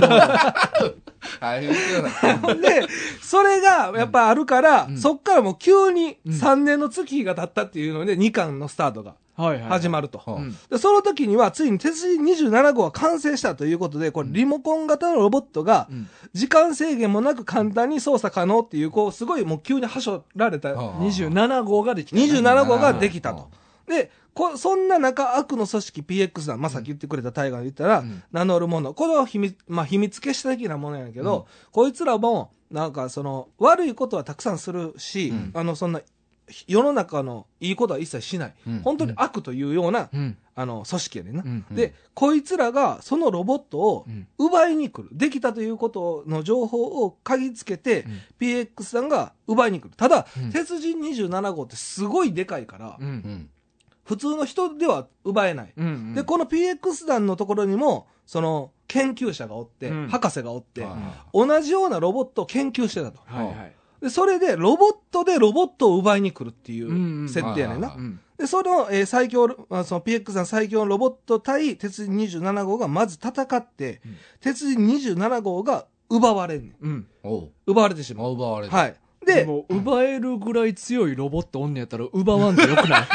で、それがやっぱあるから、そっからもう急に3年の月が経ったっていうので、2巻のスタートが。始まると。でその時には、ついに鉄人27号が完成したということで、これリモコン型のロボットが、時間制限もなく簡単に操作可能っていう、こう、すごいもう急にはしょられた。 27号ができた。 27号ができたと。で、そんな中、悪の組織 PX 団、さっき言ってくれたタイガーが言ったら、名乗るもの。これは秘密結社的なものやけど、こいつらも、なんか悪いことはたくさんするし、そんな、世の中のいいことは一切しない。本当に悪というような、組織やねんな。で、こいつらがそのロボットを奪いに来る。できたということの情報を嗅ぎつけて、PX さんが奪いに来る。ただ、鉄人27号ってすごいでかいから、普通の人では奪えない。で、この PX 団のところにも、研究者がおって、博士がおって、同じようなロボットを研究してたと。で、それで、ロボットを奪いに来るっていう設定やねんな。で、その、最強、PX さん最強のロボット対鉄人27号がまず戦って、鉄人27号が奪われんねん。奪われてしまう。 奪われる。 はい。 でも、奪えるぐらい強いロボットおんねやったら、奪わんでよくない？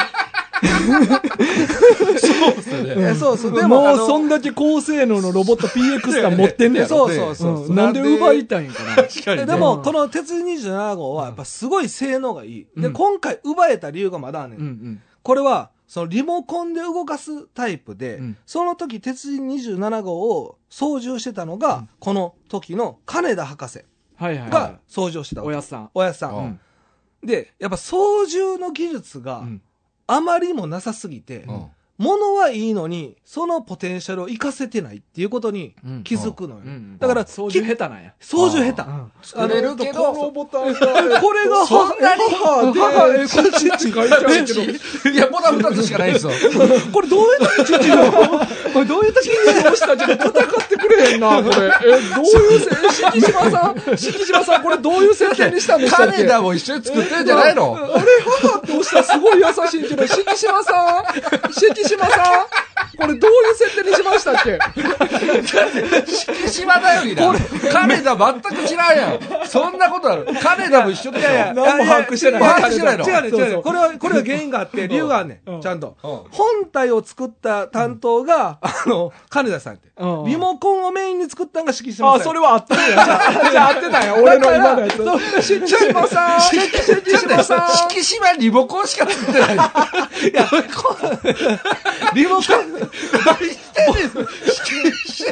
そうっすね。 そう。 でも、そんだけ高性能のロボット PX さん持ってんねやろ。 そう。 なんで奪いたいんかな。 確かに。 でも、この鉄人27号はやっぱすごい性能がいい。で、今回奪えた理由がまだあんねん。これは、リモコンで動かすタイプで、その時鉄人27号を操縦してたのが、この時の金田博士が操縦してた。 おやっさん。 で、やっぱ操縦の技術が、あまりもなさすぎて、物はいいのに、そのポテンシャルを活かせてないっていうことに気づくのよ。だから、 操縦下手なんや。 操縦下手。 作れるけど、 このボタンが、 これがそんなにこっちって書いてあるけど。 いや、ボタン2つしかないんですよ。 これどういう時にこれどういう時にどうしたちょっと戦ってくれへんな、これ。どういう敷島さん、これどういう設定にしたんでしたっけ？ 金田も一緒に作ってるんじゃないの？ あれ、母って押したらすごい優しいけど、敷島さん、これどういう設定にしましたっけ？ 敷島頼りだ。金田全く違うやん。そんなことある。金田も一緒でしょ。 何も把握してない。 把握してないの。 違う。これは原因があって、理由があるねん。ちゃんと。本体を作った担当が、金田さんって。リモコンをメインに作ったのが敷島さん。 あ、それはあったんや。じゃあ合ってたんや。俺の今のやつ。敷島さん。 敷島リモコンしか作ってない。いや、 リモコン、 何してんねん、敷島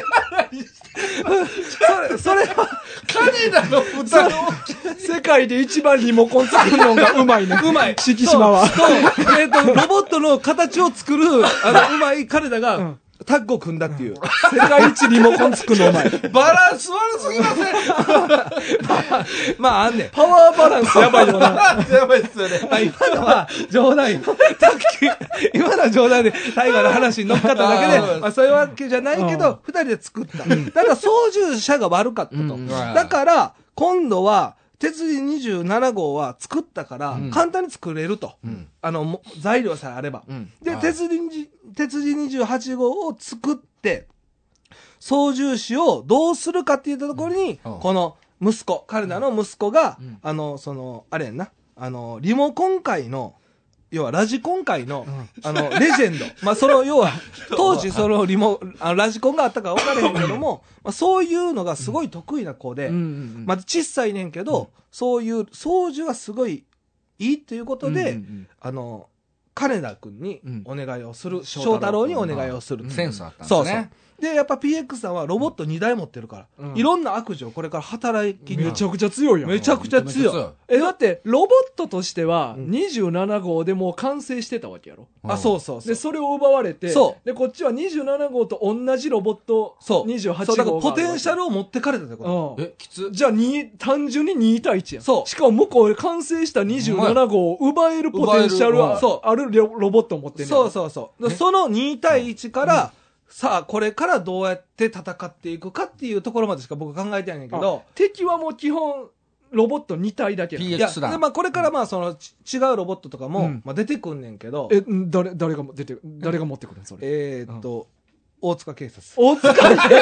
それは、 金田の歌の世界で一番リモコン作るのがうまいね。 うまい。 敷島は。 ロボットの形を作る、うまい金田が、タッグを組んだっていう。 世界一リモコン作るのうまい。 バランス悪すぎません。 まあ、あんねん。 パワーバランスやばいよな。 やばいっすよね。 今のは冗談よ。今のは冗談で、タイガーの話に乗っかっただけで、まあ、そういうわけじゃないけど、二人で作った。ただ、操縦者が悪かったと。だから、今度は、鉄人27号は作ったから、簡単に作れると。材料さえあれば。で、鉄人28号を作って、操縦士をどうするかって言ったところに、この息子、彼らの息子が、あれやんな、リモコン界の、要はラジコン界の、レジェンド。まあ、要は、当時ラジコンがあったか分からへんけども、まあ、そういうのがすごい得意な子で、まあ、小さいねんけど、そういう操縦がすごいいいっていうことで、金田君にお願いをする。翔太郎にお願いをする。 センスあったんですね。 そう。で、やっぱ PX さんはロボット2台持ってるから、いろんな悪事をこれから働きに。 めちゃくちゃ強いよ。 めちゃくちゃ強い。 だって、ロボットとしては、27号でもう完成してたわけやろ。 あ、そう。 で、それを奪われて、で、こっちは27号と同じロボット、28号。 そう、だからポテンシャルを持ってかれたってこと。 きつ。 じゃあ、単純に2対1やん。そう。しかも向こうで完成した27号を奪えるポテンシャルはあるロボットを持ってんねん。 そう。その2対1から、さあ、これからどうやって戦っていくかっていうところまでしか僕考えてないんだけど。 敵はもう基本、ロボット2体だけ。 いや、 で、まあこれからまあ違うロボットとかも、まあ出てくんねんけど。 誰が持ってくるんそれ。 大塚警察。 大塚警察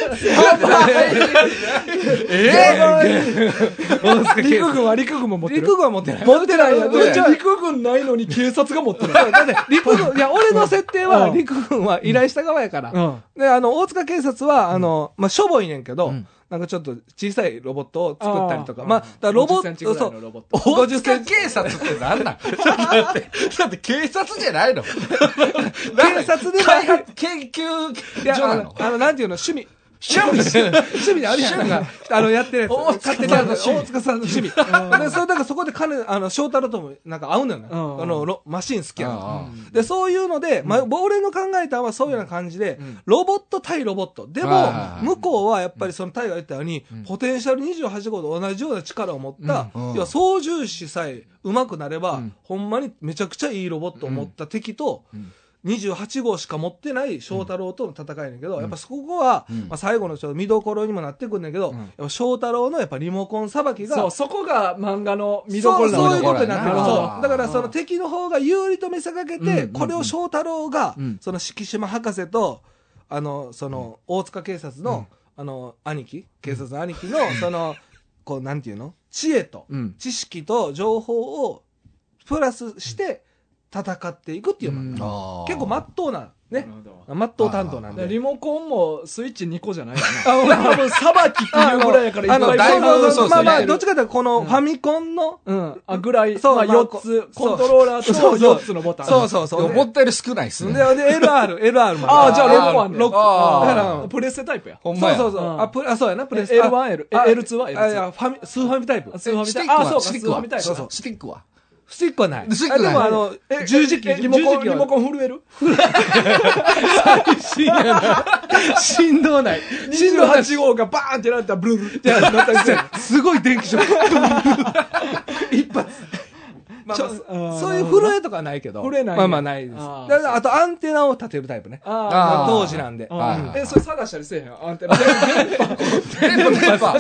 陸軍も持ってる。 陸軍は持ってない。 持ってないやん。じゃあ陸軍ないのに警察が持ってない。 だって陸軍、いや、俺の設定は陸軍は依頼した側やから。で、大塚警察は、まあ、しょぼいねんけど、なんかちょっと小さいロボットを作ったりとか。まあ、だロボット、そう。 大塚警察って何なんだって警察じゃないの警察で研究所なのなんていうの趣味であるやん。なんか、やってるやつ。勝手に大塚さんの趣味。で、それだからそこで翔太郎ともなんか合うのよね。マシン好きやん。で、そういうので、まあ、俺の考えたのはそういうような感じで、ロボット対ロボット。でも、向こうはやっぱりそのタイが言ったように、ポテンシャル28号と同じような力を持った、要は操縦士さえ上手くなれば、ほんまにめちゃくちゃいいロボットを持った敵と、28号しか持ってない翔太郎との戦いやねんけど、やっぱそこは、まあ、最後のちょっと見どころにもなってくるんだけど、やっぱ翔太郎のやっぱリモコンさばきが、 そこが漫画の見どころなんだ。 そういうことになってる。そう。だからその敵の方が有利と見せかけて、これを翔太郎が、その敷島博士と、大塚警察の、警察の兄貴の、こう、なんていうの？知恵と、知識と情報をプラスして、戦っていくっていうの結構真っ当なね真っ当担当なんでリモコンもスイッチ2個じゃないかな多分さばきっていうぐらいやからだいぶまあどっちかというとこのファミコンのぐらいまあ4つコントローラーと4つのボタンそう思ったより少ないっすねで LR もああじゃあ6個あんねんだからプレステタイプやそうやなプレステ L1L L2 は L2 スーファミタイプスーファミタイプそうかスーファミタイプスティックはスティックはない。 スティックない。 でも十字キー。 リモコン震える最新やな。振動ない。 28号がバーンってなったらブルルってなったりして。 すごい電気ショック。一発。 そういう震えとかはないけど。 震えない。 まあまあないです。あとアンテナを立てるタイプね。当時なんで。 それ探したりせえへん。アンテナ。電波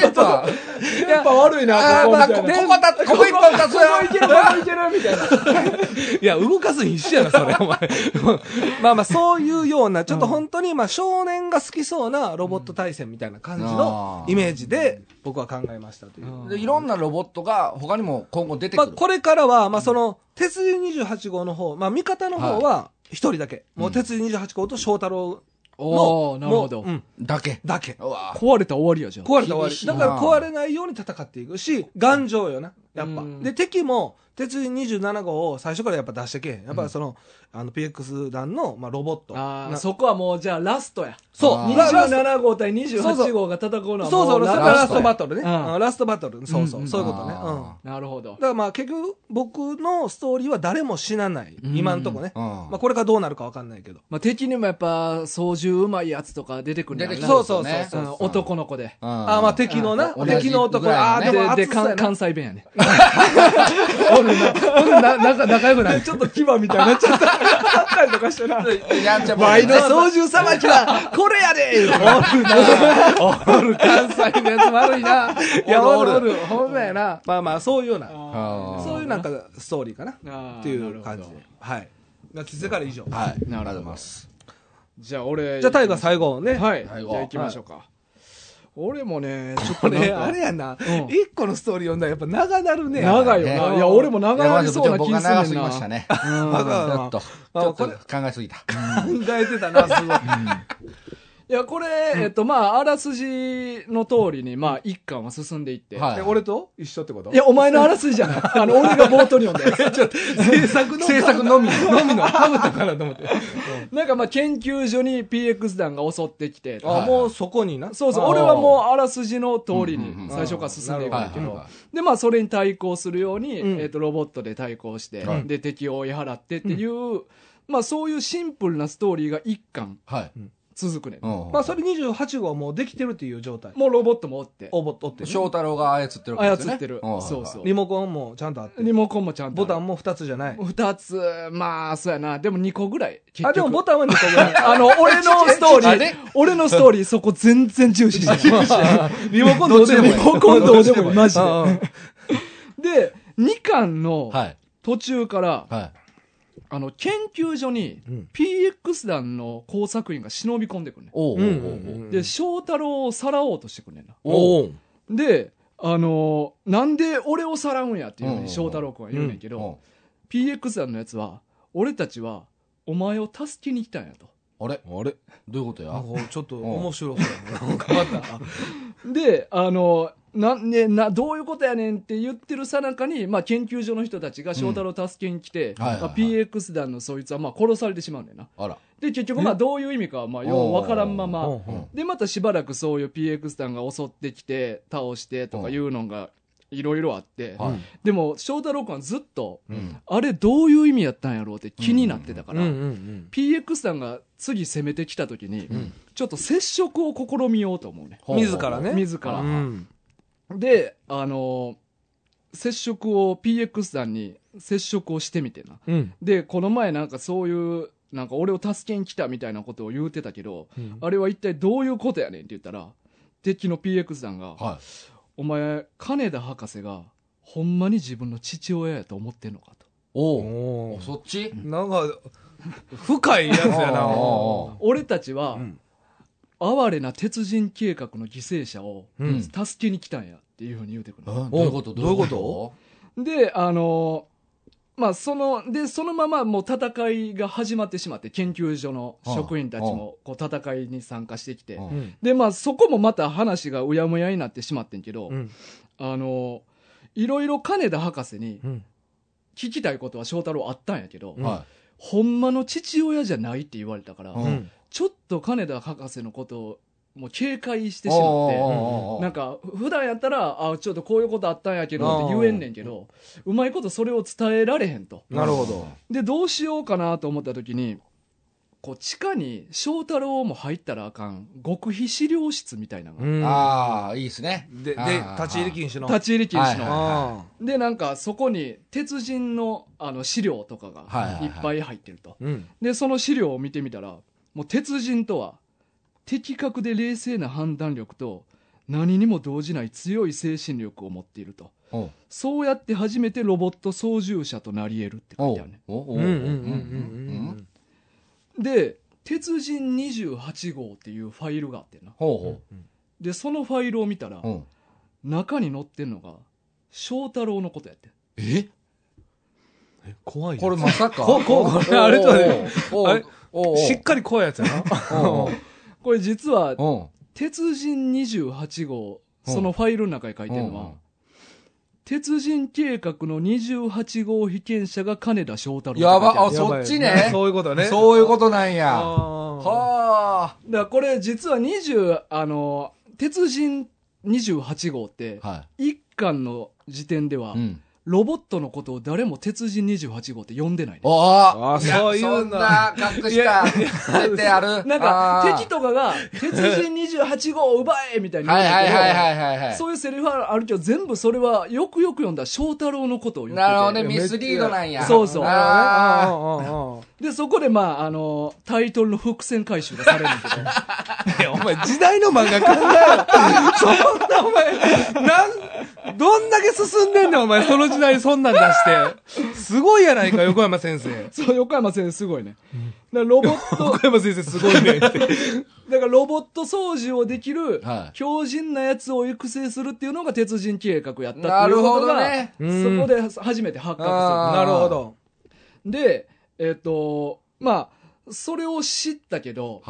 悪いな、 ここ一本立つよ。 いけるみたいな。 いや、動かすに一緒やな、それ、お前。まあまあ、そういうような、ちょっと本当に、まあ、少年が好きそうなロボット対戦みたいな感じのイメージで、僕は考えましたという。 いろんなロボットが他にも今後出てくる。 まあ、これからは、まあ、その、鉄人28号の方、まあ、味方の方は、一人だけ。もう、鉄人28号と翔太郎の、 なるほど。 だけ。 壊れたら終わりやじゃん。 壊れたら終わり。だから壊れないように戦っていくし、頑丈よな、やっぱ。で、敵も、鉄人27号を最初からやっぱ出してけへん。やっぱその、PX 団の、まあ、ロボット。 そこはもう、じゃあラストや。 そう。 27号対28号が戦うのはもうラストバトルね。ラストバトル。そういうことね。 なるほど。 だからまあ結局、僕のストーリーは誰も死なない。今んとこね。まあこれからどうなるかわかんないけど。 まあ敵にもやっぱ、操縦うまいやつとか出てくるんだよね。 そう。 男の子で。 まあ敵のな。敵の男。で、 関西弁やね。 なんか仲良くない。 ちょっと牙みたいになっちゃった。あったりとかしてな。 ワイの操縦さばきは、これやでおる、関西のやつ悪いな。いや、おる。ほんまやな。まあまあ、そういうような、そういうなんかストーリーかな。っていう感じで。はい。気づから以上。 はい。ありがとうございます。 じゃあ俺。 じゃあタイガー最後ね。 はい。じゃあ行きましょうか。俺もね、ちょっとね、あれやな、一個のストーリー読んだらやっぱ長なるね。 長いよな。いや、俺も長なりそうな気がするな。 僕が長すぎましたね。ちょっと考えすぎた。考えてたな、すごい。 いや、これ、まあ、あらすじの通りに、まあ、一巻は進んでいって。 俺と一緒ってこと？ いや、お前のあらすじじゃない。俺が冒頭に読んだやつ。 制作のみの、かぶったからと思って。 なんかまあ、研究所に PX 団が襲ってきて。 もうそこにな。 そうそう。俺はもうあらすじの通りに最初から進んでいくんだけど。で、まあ、それに対抗するように、ロボットで対抗して、で、敵を追い払ってっていう、まあ、そういうシンプルなストーリーが一巻。続くね。 まあ、それ28号はもうできてるっていう状態。 もうロボットもおって。 翔太郎が操ってるわけですね。操ってる。そうそう。 リモコンもちゃんとあって。 リモコンもちゃんと。 ボタンも2つじゃない。 2つ、まあ、そうやな。でも2個ぐらい。 でもボタンは2個ぐらい。 俺のストーリー、そこ全然重視してる。 リモコンどうでもいい。 リモコンどうでもいい、マジで。で、2巻の途中から、研究所に PX 団の工作員が忍び込んでくるね。で、翔太郎をさらおうとしてくるねんな。で、なんで俺をさらうんやっていうふうに翔太郎君は言うねんけど、PX 団のやつは、俺たちはお前を助けに来たんやと。 あれどういうことや？ ちょっと面白そうやな。 で、どういうことやねんって言ってるさなかに、まあ、研究所の人たちが翔太郎を助けに来て、PX 団のそいつはまあ殺されてしまうんだよな。で、結局まあどういう意味かはまあようわからんまま、で、またしばらくそういう PX 団が襲ってきて、倒してとかいうのがいろいろあって、でも翔太郎君はずっと、あれどういう意味やったんやろうって気になってたから、PX 団が次攻めてきた時に、ちょっと接触を試みようと思うね。 自らね。 自ら。で、接触を PX 団に接触をしてみてな。で、この前なんかそういう、なんか俺を助けに来たみたいなことを言うてたけど、あれは一体どういうことやねんって言ったら、敵の PX 団が、お前、金田博士がほんまに自分の父親やと思ってんのかと。 そっち？ なんか、深いやつやな。 俺たちは、哀れな鉄人計画の犠牲者を助けに来たんやっていうふうに言うてくる。 どういうことで、まあ、そのままもう戦いが始まってしまって、研究所の職員たちもこう戦いに参加してきて、で、まあ、そこもまた話がうやむやになってしまってんけど、いろいろ金田博士に聞きたいことは翔太郎あったんやけど、ほんまの父親じゃないって言われたから、ちょっと金田博士のことをもう警戒してしまって、なんか普段やったらちょっとこういうことあったんやけどって言えんねんけど、うまいことそれを伝えられへんと。 なるほど。 で、どうしようかなと思った時に、 こう地下に翔太郎も入ったらあかん極秘資料室みたいなのが、 ああいいですね。 で立ち入り禁止のでなんかそこに鉄人の資料とかがいっぱい入ってると、でその資料を見てみたら、もう鉄人とは的確で冷静な判断力と何にも動じない強い精神力を持っていると、そうやって初めてロボット操縦者となり得るって書いてあるね。で鉄人28号っていうファイルがあってな、でそのファイルを見たら、中に載ってんのが翔太郎のことやって。 怖いやつ。 これまさかあれとね、しっかり怖いやつやな。 これ実は鉄人28号、そのファイルの中に書いてるのは、鉄人計画の28号被験者が金田翔太郎。 やば、あ、そっちね。 そういうことね。 そういうことなんや。はあ。だからこれ実は鉄人28号って、一巻の時点では、ロボットのことを誰も鉄人28号って呼んでないね。 ああ、そういうそんな隠した設定ある。 なんか敵とかが鉄人28号を奪えみたいに言うんだけど、そういうセリフはあるけど、全部それはよくよく読んだ翔太郎のことを言ってて。 なるほどね、ミスリードなんや。 そうそう。でそこでタイトルの伏線回収がされるんだけど。お前時代の漫画考えろ。そんなお前どんだけ進んでんねんお前、その時代そんなん出してすごいやないか横山先生。 そう、横山先生すごいね。だからロボット横山先生すごいねって。だからロボット操縦をできる強靭なやつを育成するっていうのが鉄人計画やったっていうことが、ね、そこで初めて発覚する。 なるほど。 でそれを知ったけど、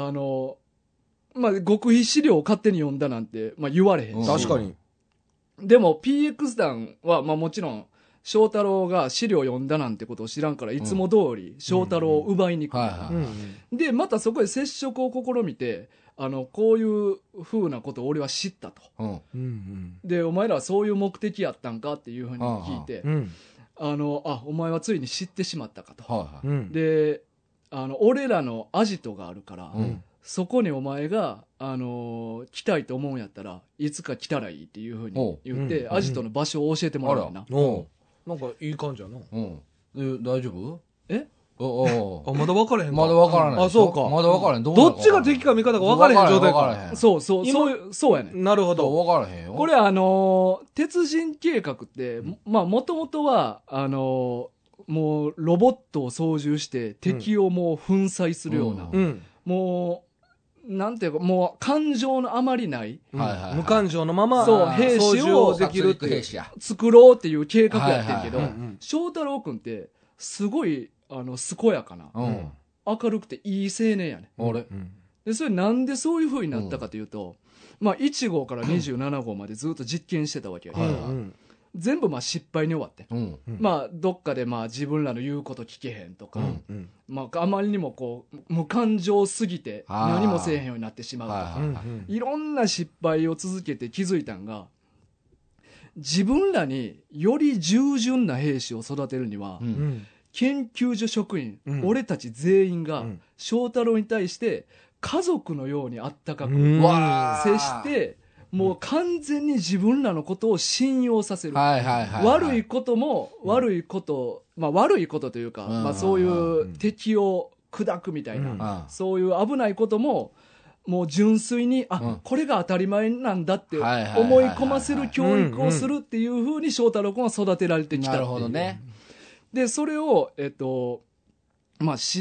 極秘資料を勝手に読んだなんて、言われへんし。 確かに。 でも PX 団は、もちろん翔太郎が資料を読んだなんてことを知らんから、いつも通り翔太郎を奪いに行く。でまたそこで接触を試みて、こういう風なことを俺は知ったと、でお前らはそういう目的やったんかっていうふうに聞いて、お前はついに知ってしまったかと、で俺らのアジトがあるから、そこにお前が、来たいと思うんやったらいつか来たらいいっていうふうに言って、アジトの場所を教えてもらうな。 なんかいい感じやな。 大丈夫？ まだ分からへんか。 まだ分からない。 あ、そうか。 まだ分からへん。 どっちが敵か味方か分からへん状態か。 そうやね。 なるほど。 分からへんよ。 これ鉄人計画って、もともとは、もうロボットを操縦して敵をもう粉砕するような、もう、なんていうか、もう感情のあまりない、 無感情のまま、 兵士をできる作ろうっていう計画やってんけど、翔太郎くんって、すごい、健やかな、明るくていい青年やね。で、それなんでそういう風になったかというと、1号から27号までずっと実験してたわけやけど、全部失敗に終わって、どっかで自分らの言うこと聞けへんとか、あまりにもこう無感情すぎて何もせえへんようになってしまうとか、いろんな失敗を続けて気づいたんが、自分らにより従順な兵士を育てるには、研究所職員、俺たち全員が翔太郎に対して家族のようにあったかく接して、もう完全に自分らのことを信用させる。悪いことも悪いこと、悪いことというか、そういう敵を砕くみたいな、そういう危ないことも、もう純粋に、これが当たり前なんだって思い込ませる教育をするっていうふうに翔太郎君は育てられてきたっていう。なるほどね。で、それを、知って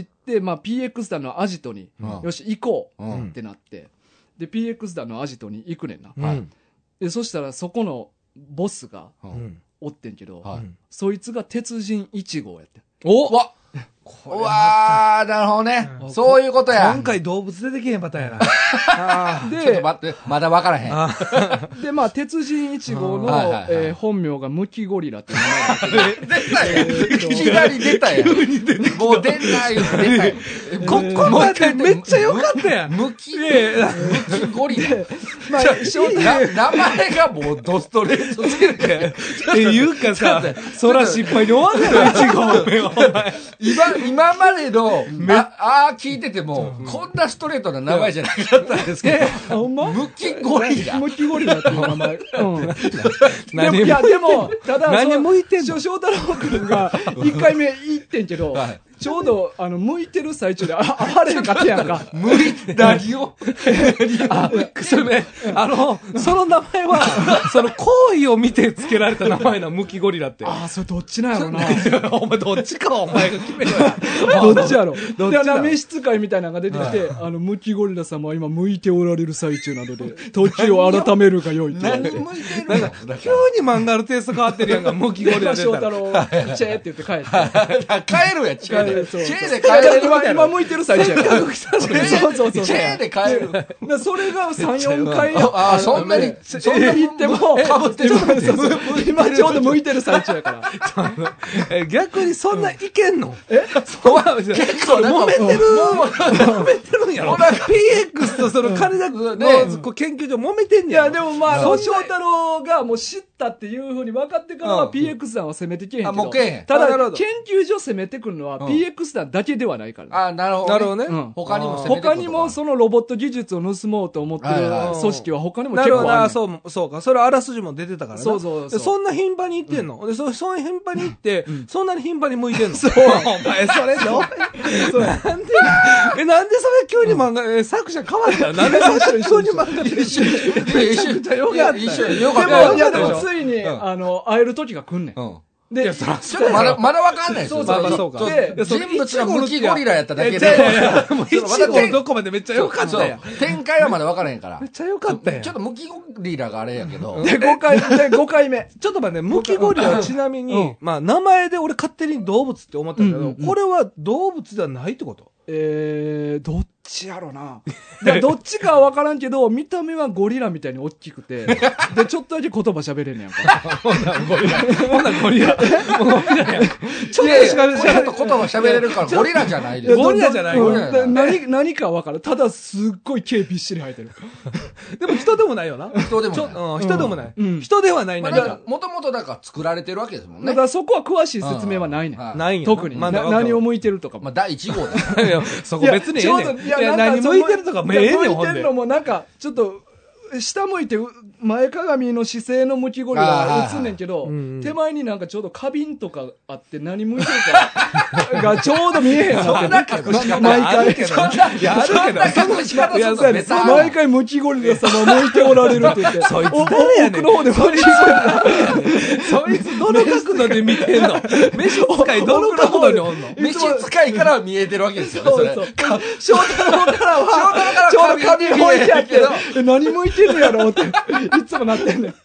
、PX 団のアジトに、よし、行こうってなって、で PX 団のアジトに行くねんな、でそしたらそこのボスがおってんけど、そいつが鉄人1号やって。 うわー、なるほどね。そういうことや。 今回動物出てけへんパターンやな。 で、ちょっと待って、まだ分からへん。 で、鉄人1号の本名がムキゴリラっていう名前出たよ。いきなり出たやん。もう出たよ、出たよ。 こまでめっちゃ良かったやん。 ムキゴリラ。名前がもうドストレートつけるから。 っていうかさ、そら失敗に終わんねん、1号。 今までの、聞いてても、こんなストレートな名前じゃなかったんですけど、 ほんまムキゴリラ。 ムキゴリラっていう名前。 何いや、でも、ただ、 何向いてんの翔太郎くんが1回目言ってんけど、ちょうど、向いてる最中で、あれへんかったやんか。 向いて何をそれね、その名前は、その行為を見て付けられた名前な、ムキゴリラって。 それどっちなんやろな。 お前どっちかお前が決めろよ。 どっちやろ。で、召使いみたいなのが出てきて、ムキゴリラ様は今向いておられる最中なので、時を改めるが良いって言われて。 何向いてるのなんか、急に漫画のテイスト変わってるやんか、ムキゴリラ出翔たら。 太郎、チェーって言って帰って。 帰るや、チェーで。 そうチェーで帰れるみたいな。 今向いてる最中やから。そうそうそう。 チェーで帰る。 それが3、4回そんなに言っても、今ちょうど向いてる最中やから。 逆にそんないけんの？ 結構揉めてるんやろ？ PX とその金田の研究所揉めてんねや。 いや、でもまあ、翔太郎がもう知ったっていうふうに分かってからは PX 団は攻めてけへんけど。ただ、研究所攻めてくるのは PX 団だけではないからね。 なるほど。 なるほどね。 他にも攻めてくる。 他にもそのロボット技術を盗もうと思ってる組織は他にも結構ある。 そうか。それあらすじも出てたからね。 そうそんな頻繁に行ってんの？そう頻繁に行って、そんなに頻繁に向いてんの？ そう。 お前、それどうなんでそれ急に漫画、作者変わったなんでそれ急に漫画で一緒めちゃくちゃよかった。 よかった。 でもついに、会える時が来んねん。で、 ちょっとまだわかんないですよ。 そうか。 人物がムキゴリラやっただけで。 一号のどこまでめっちゃよかったやん。 展開はまだわからへんから。 めっちゃよかったやん。 ちょっとムキゴリラがあれやけど。 で、5回目。 ちょっと待って、ムキゴリラはちなみに、まあ、名前で俺勝手に動物って思ったけど、これは動物ではないってこと？ どっちやろな。どっちかは分からんけど、見た目はゴリラみたいに大きくて、で、ちょっとだけ言葉喋れんねやんか。 ほんならゴリラ。ゴリラや。 ちょっと言葉喋れるからゴリラじゃないです。 ゴリラじゃない。 何か分からん。ただ、すっごい毛びっしり生えてる。 でも人でもないよな。 人でもない。 人でもない。人ではない何か。もともとだから作られてるわけですもんね。 だからそこは詳しい説明はないねん。 ないんや。 特に。何を向いてるとかも。 第1号だ。 そこ別にええねん。いや、何向いてるとかもええねん、ほんで。 向いてるのもなんか、ちょっと、下向いて前かがみの姿勢のムキゴリラが映んねんけど、手前になんかちょうど花瓶とかあって何向いてるかがちょうど見えへんそんな隠し方毎回。 いや、あるけど、 そんな隠し方すると毎回ムキゴリラ様向いておられるって言って。 そいつ誰やねん。 奥の方でムキゴリラ。 そいつどの角度で見てんの？飯使いどの角度におんの？ 飯使いから見えてるわけですよね、それ。 翔太郎からは、ちょうど花瓶置いてあって、何向いてるやろって、いつもなってんねん。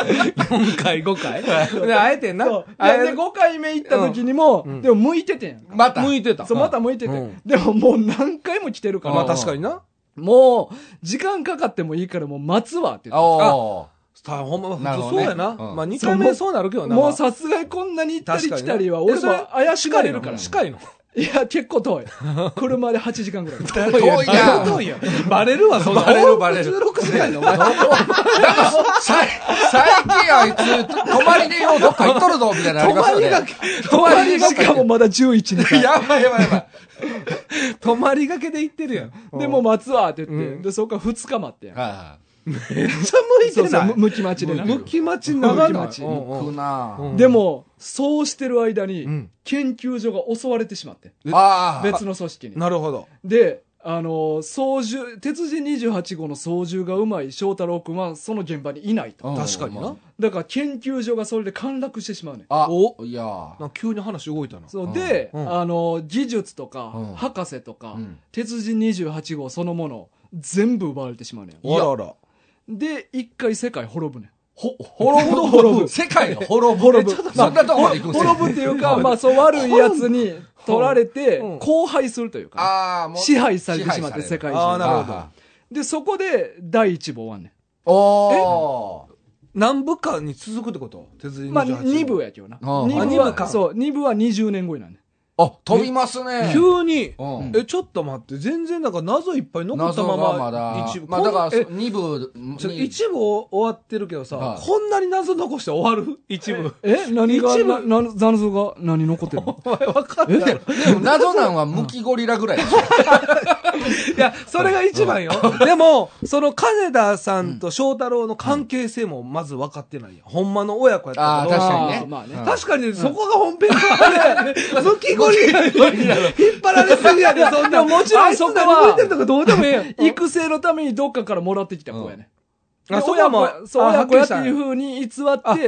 4回、5回で、あえてな。 で、5回目行った時にも、でも向いててん。 また向いてた。 そう、また向いてて。でももう何回も来てるから。 まあ確かにな。 もう、時間かかってもいいからもう待つわって言って。 ほんま、普通そうやな。まあ2回目そうなるけどな。 もうさすがにこんなに行ったり来たりは、俺も怪しまれるから。 近いの？ いや、結構遠い。車で8時間ぐらい。 遠いな。 遠いや。バレるわ、そんな。 バレる。 16時間のお前。 最近あいつ、泊まりでよ、どっか行っとるぞ、みたいなのありますよね。 泊まりしかもまだ11日。 やばい。 泊まりがけで行ってるやん。 でも待つわって言って。で、そこから2日待ってやん。 めっちゃ向いてない。 向き待ちでな。 向き待ち長ない。 向くな。 でも、そうしてる間に、研究所が襲われてしまって。別の組織に。 なるほど。 で、鉄人28号の操縦がうまい翔太郎くんはその現場にいないと。 確かにな。 だから研究所がそれで陥落してしまうね。 いや急に話動いたな。 そうで、技術とか、博士とか、鉄人28号そのもの全部奪われてしまうね。で、一回世界滅ぶね。 滅ぶ。世界が滅ぶ。そんなとこまで行くんですよ。 滅ぶっていうか、まあ、そう悪いやつに取られて、荒廃するというか、支配されてしまって、世界中。 なるほど。 で、そこで第1部終わんねん。何部かに続くってこと？鉄人28号。 まあ、2部やけどな。2部は20年後になんねん。 あ、飛びますね。 急に、ちょっと待って、全然なんか謎いっぱい残ったまま、 一部。まあだから、2部。 一部終わってるけどさ、こんなに謎残して終わる一部。 何が、謎が何残ってるの？ お前分かんない。でも謎なんはムキゴリラぐらいでしょ。 いや、それが一番よ。でも、その金田さんと翔太郎の関係性もまず分かってないよ。ほんまの親子やったけど。 確かにね。 まあね。確かにそこが本編のムキゴリラに引っ張られすぎやで、そんな。 もちろんそこは、 向いてるとかどうでもええやん。 育成のためにどっかからもらってきた子やね。 あ、そこはもう、 親子やっていう風に偽って、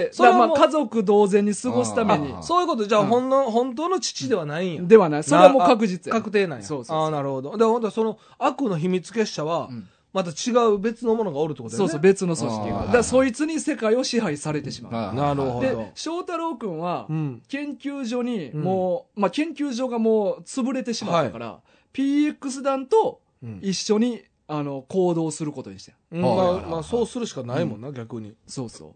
それはまあ家族同然に過ごすために。 そういうこと、じゃあ本当の父ではないんや。 ではない。それはもう確実や。 確定なんや。 そうそう。 ああ、なるほど。で、ほんとその悪の秘密結社は、また違う別のものがおるってことだよね。 そうそう、別の組織が。だからそいつに世界を支配されてしまう。 なるほど。 で、翔太郎くんは、研究所にもう、まあ研究所がもう潰れてしまったから、PX 団と一緒に、行動することにして。 まあ、そうするしかないもんな、逆に。 そうそう。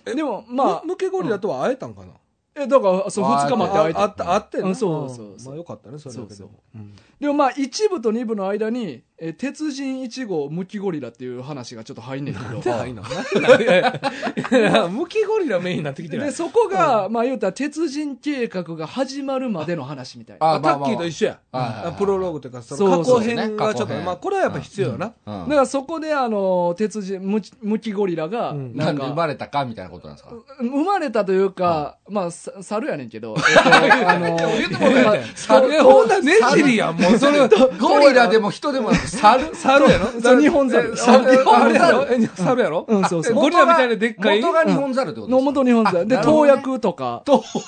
でも、まあ。 ムケゴリラとは会えたんかな？ だから、そう、2日待って会えて。 会ってんの？ そうそう。 まあよかったね、それだけでも。 でもまあ、1部と2部の間に、鉄人1号ムキゴリラっていう話がちょっと入んねんけど。 なんで入んの？ムキゴリラメインになってきてる。 で、そこが、まあ言うたら鉄人計画が始まるまでの話みたいな。 タッキーと一緒や。プロローグというか、その過去編がちょっと、まあこれはやっぱ必要よな。 だからそこで鉄人、ムキゴリラが、 なんで生まれたかみたいなことなんですか？ 生まれたというか、まあ、猿やねんけど、 言ってもね、猿ほんなねじりやん、もうそれ。 ゴリラでも人でも猿やろ？ そう、日本猿。 猿やろ？ うん、そうそう。 ゴリラみたいなでっかい。 元が日本猿ってことですか？ 元日本猿。で、投薬とか、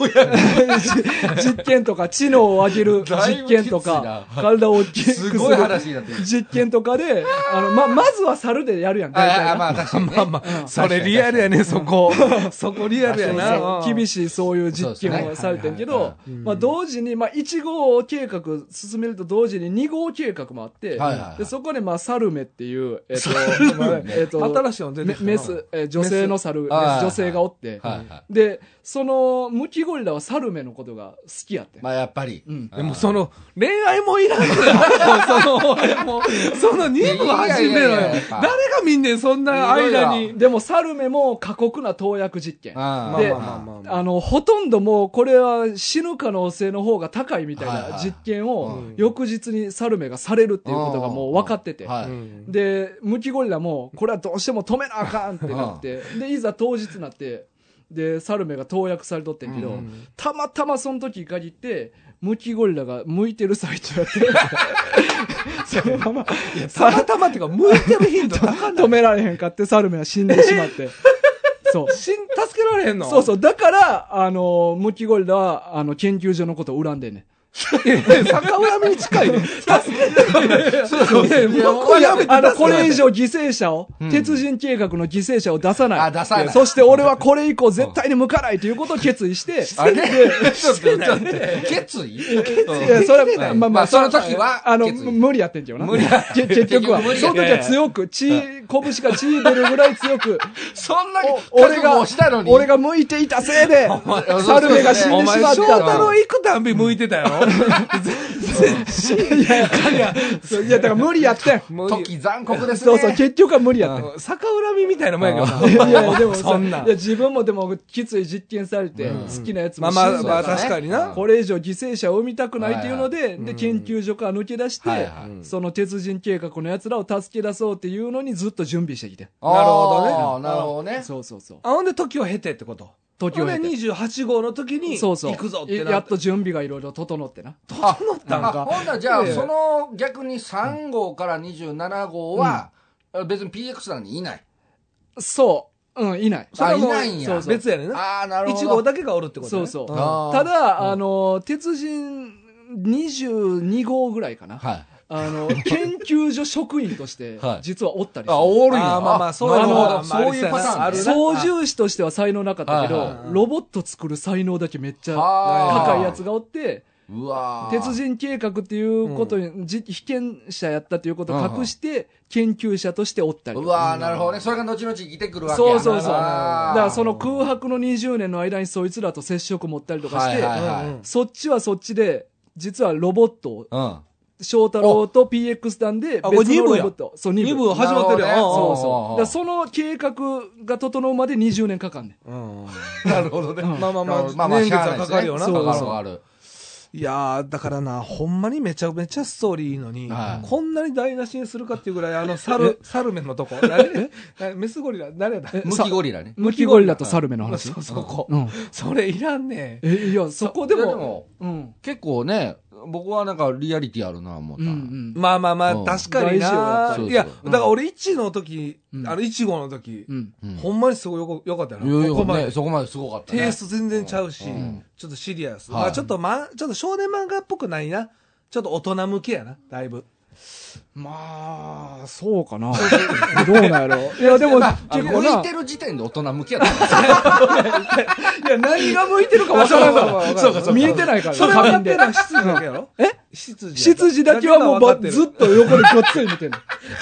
実験とか、知能を上げる実験とか、体を大きくする実験とかで、まずは猿でやるやん、大体。 まあ、確かに。 まあ、それリアルやね、そこ。そこリアルやな。 厳しいそういう実験をされてんけど、まあ同時に、まあ1号計画進めると同時に2号計画もあって、でそこでまあサルメっていう、 新しいの出てきたメス、女性の猿、女性がおって、で、そのムキゴリラはサルメのことが好きやって。 まあやっぱり。 でもその恋愛もいらんのよ。その2部始めろよ。誰が見んねん、そんな間に。 でもサルメも過酷な投薬実験。で、ほとんどもうこれは死ぬ可能性の方が高いみたいな実験を翌日にサルメがされるっていうことがもう分かってて。で、ムキゴリラもこれはどうしても止めなあかんってなって、で、いざ当日になって、で、サルメが投薬されとってんけど、たまたまその時限って、ムキゴリラが向いてる最中やって、そのまま、 たまたまっていうか、向いてる頻度高い止められへんかって、サルメは死んでしまって。そう。 助けられへんの？ そうそう。だから、ムキゴリラは、研究所のことを恨んでんねん。 逆恨みに近いね。助けてこれ以上犠牲者を、鉄人計画の犠牲者を出さない。 出さない。 そして俺はこれ以降絶対に向かないということを決意して、 決意？ それ、 まあ、その時は、 無理やってんけどな。結局は。その時は強く、拳が血出るぐらい強く、 そんな覚悟をしたのに。 俺が向いていたせいで、サルメが死んでしまった。 翔太郎行くたんび向いてたよ。全然いや、だから無理やってん。 時残酷ですね。 そうそう、結局は無理やってん。 逆恨みみたいなもんやけどな。 いや、でもそんな。 いや、自分もでもきつい実験されて、好きなやつもまあ確かにな。 これ以上犠牲者を生みたくないっていうので、で、研究所から抜け出して、その鉄人計画の奴らを助け出そうっていうのにずっと準備してきて。 なるほどね。なるほどね。 そうそうそう。 ほんで時を経てってこと？時を経て。28号の時に、行くぞってな。 やっと準備がいろいろ整ってな。 整ったんか。 ほんならじゃあ、その逆に3号から27号は、別に PX なんにいない。 そう。いない。 いないんや。 別やねんな。 なるほど。 1号だけがおるってことね。 そうそう。ただ、鉄人22号ぐらいかな。研究所職員として、実はおったりして。 おるんや。 まあ、そういうパターン。 操縦士としては才能なかったけど、ロボット作る才能だけめっちゃ高いやつがおって、鉄人計画っていうことに、被験者やったということを隠して、研究者としておったり。 なるほどね。それが後々生きてくるわけや。 そう。だからその空白の20年の間にそいつらと接触持ったりとかして、そっちはそっちで、 実はロボットを、翔太郎と PX 団で別のロボット。そう、2部始まってるよ。 そうそう。その計画が整うまで20年かかんねん。なるほどね。 まあ、年月はかかるよな。かかる。いやー、だからな、ほんまにめちゃめちゃストーリーいいのに、こんなに台無しにするかっていうぐらい、サルメのとこ。メスゴリラ、誰だムキゴリラね。 ムキゴリラとサルメの話。 そこ。それいらんねいや、そこでも、 結構ね、僕はなんかリアリティあるな思った。 まあ、確かにな。いや、だから俺1の時、1号の時、ほんまにすごいよかったよな。 そこまですごかった。 テイスト全然ちゃうし、ちょっとシリアス。まあちょっと少年漫画っぽくないな。ちょっと大人向けやな、だいぶ。 まあ、そうかな。どうなんやろ。いや、でも、 結構向いてる時点で大人向きやったんですよ。いや、何が向いてるか分からんから。そうか。見えてないから。 それ分かってない。羊だけやろ？ 羊だけはもうずっと横でごっつい見てんの。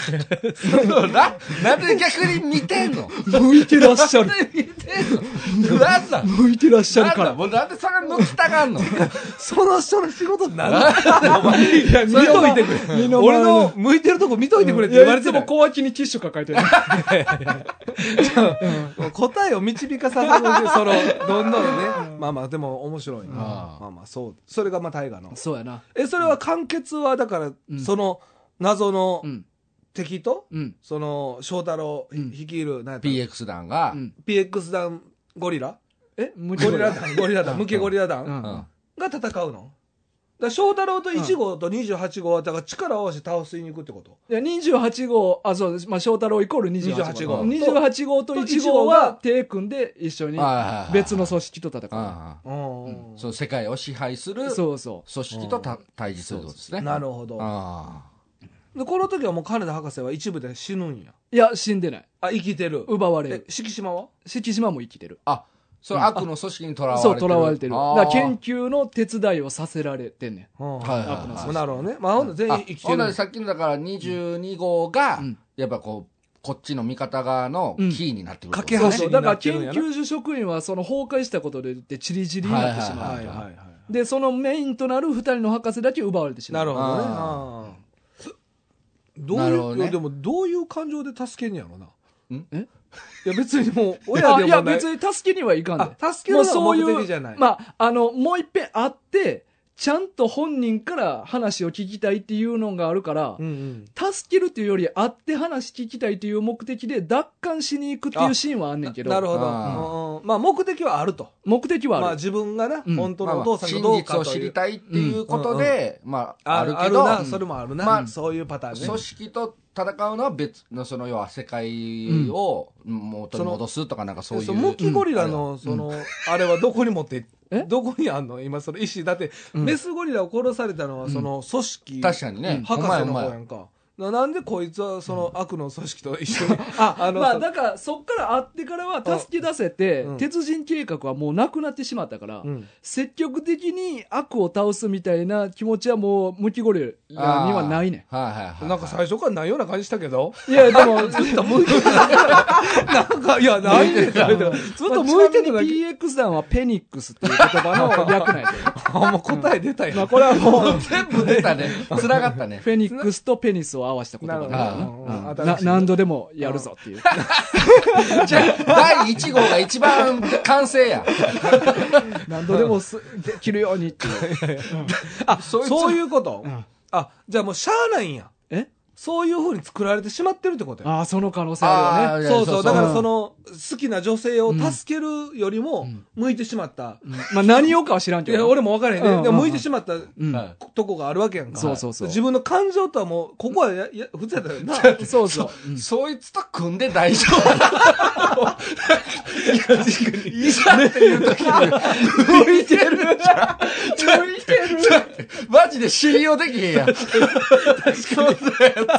なんで逆に見てんの？ 向いてらっしゃる。 なんだ向いてらっしゃるから。 もうなんでそれ抜きたがんの？ その人の仕事なんだお前。いや、見といてくれ。俺の向いてるとこ見といてくれって言われても小脇にティッシュ抱えてる。 答えを導かさせるどんどんね。まあでも面白いな。まあそう。それがまあ大河の。 そうやな。 それは完結はだからその謎の敵とその翔太郎率いる PX 団が PX 団ゴリラムキゴリラ団ムキゴリラ団が戦うの？翔太郎と1号と28号はだから力を合わせて倒しに行くってこと？ いや、28号、そうです。まあ、翔太郎イコール28号。28号と1 号号は手組んで一緒に別の組織と戦う。 そう、世界を支配する組織と対峙するってことですね。 なるほど。で、この時はもう金田博士は一部で死ぬんや？ いや、死んでない。 生きてる。 奪われる。 敷島は？ 敷島も生きてる。 それ悪の組織に囚われてる。 そう、囚われてる。だから研究の手伝いをさせられてんねん。 悪の組織。なるほどね。まあ、ほんと全員生きてる。 さっきのだから22号が、やっぱこっちの味方側のキーになってくる。 架け橋になってるんやな。 だから研究所職員はその崩壊したことでチリチリになってしまう。で、そのメインとなる2人の博士だけ奪われてしまう。 なるほどね。でもどういう感情で助けんやろな。いや別にもう親でもない。 いや別に助けにはいかんで。 助けるのは目的じゃない。 まあ、もう一遍会って、ちゃんと本人から話を聞きたいっていうのがあるから、助けるっていうより会って話聞きたいっていう目的で奪還しに行くっていうシーンはあんねんけど。 なるほど。まあ目的はあると。 目的はある。 まあ自分がな、本当のお父さんがどうかという。 真実を知りたいっていうことで、まあ、 あるけど、それもあるな。そういうパターンね。 組織と戦うのは別の、その要は世界を元に戻すとかなんかそういう。 ムキゴリラの、あれはどこに持ってどこにあんの今その石。だって、メスゴリラを殺されたのはその組織。 確かにね。 博士の方やんか。なんでこいつはその悪の組織と一緒に。 まあだからそっから会ってからは助け出せて、鉄人計画はもうなくなってしまったから、積極的に悪を倒すみたいな気持ちはもうムキゴリラにはないねん。 なんか最初からないような感じしたけど。 いやでもずっと向いてる。なんか、いや、ないねん。ずっと向いてる。PX 団はペニックスっていう言葉の略なんやけど。 もう答え出たよ。 まあこれはもう全部出たね。繋がったね。 フェニックスとペニスを合わせた言葉だからな。何度でもやるぞっていう。 じゃあ、第1号が一番完成や。 何度でもできるようにっていう。 そういうこと。じゃあもうしゃあないんや。そういう風に作られてしまってるってことや。 その可能性あるよね。そう。だからその、好きな女性を助けるよりも、向いてしまった。 まあ何をかは知らんけど。 いや、俺も分からへんね。でも向いてしまったとこがあるわけやんか。 そう。 自分の感情とはもう、ここは普通やったよな。 そう。 そいつと組んで大丈夫。いざっていう時に、向いてる。マジで信用できへんやん。確かに。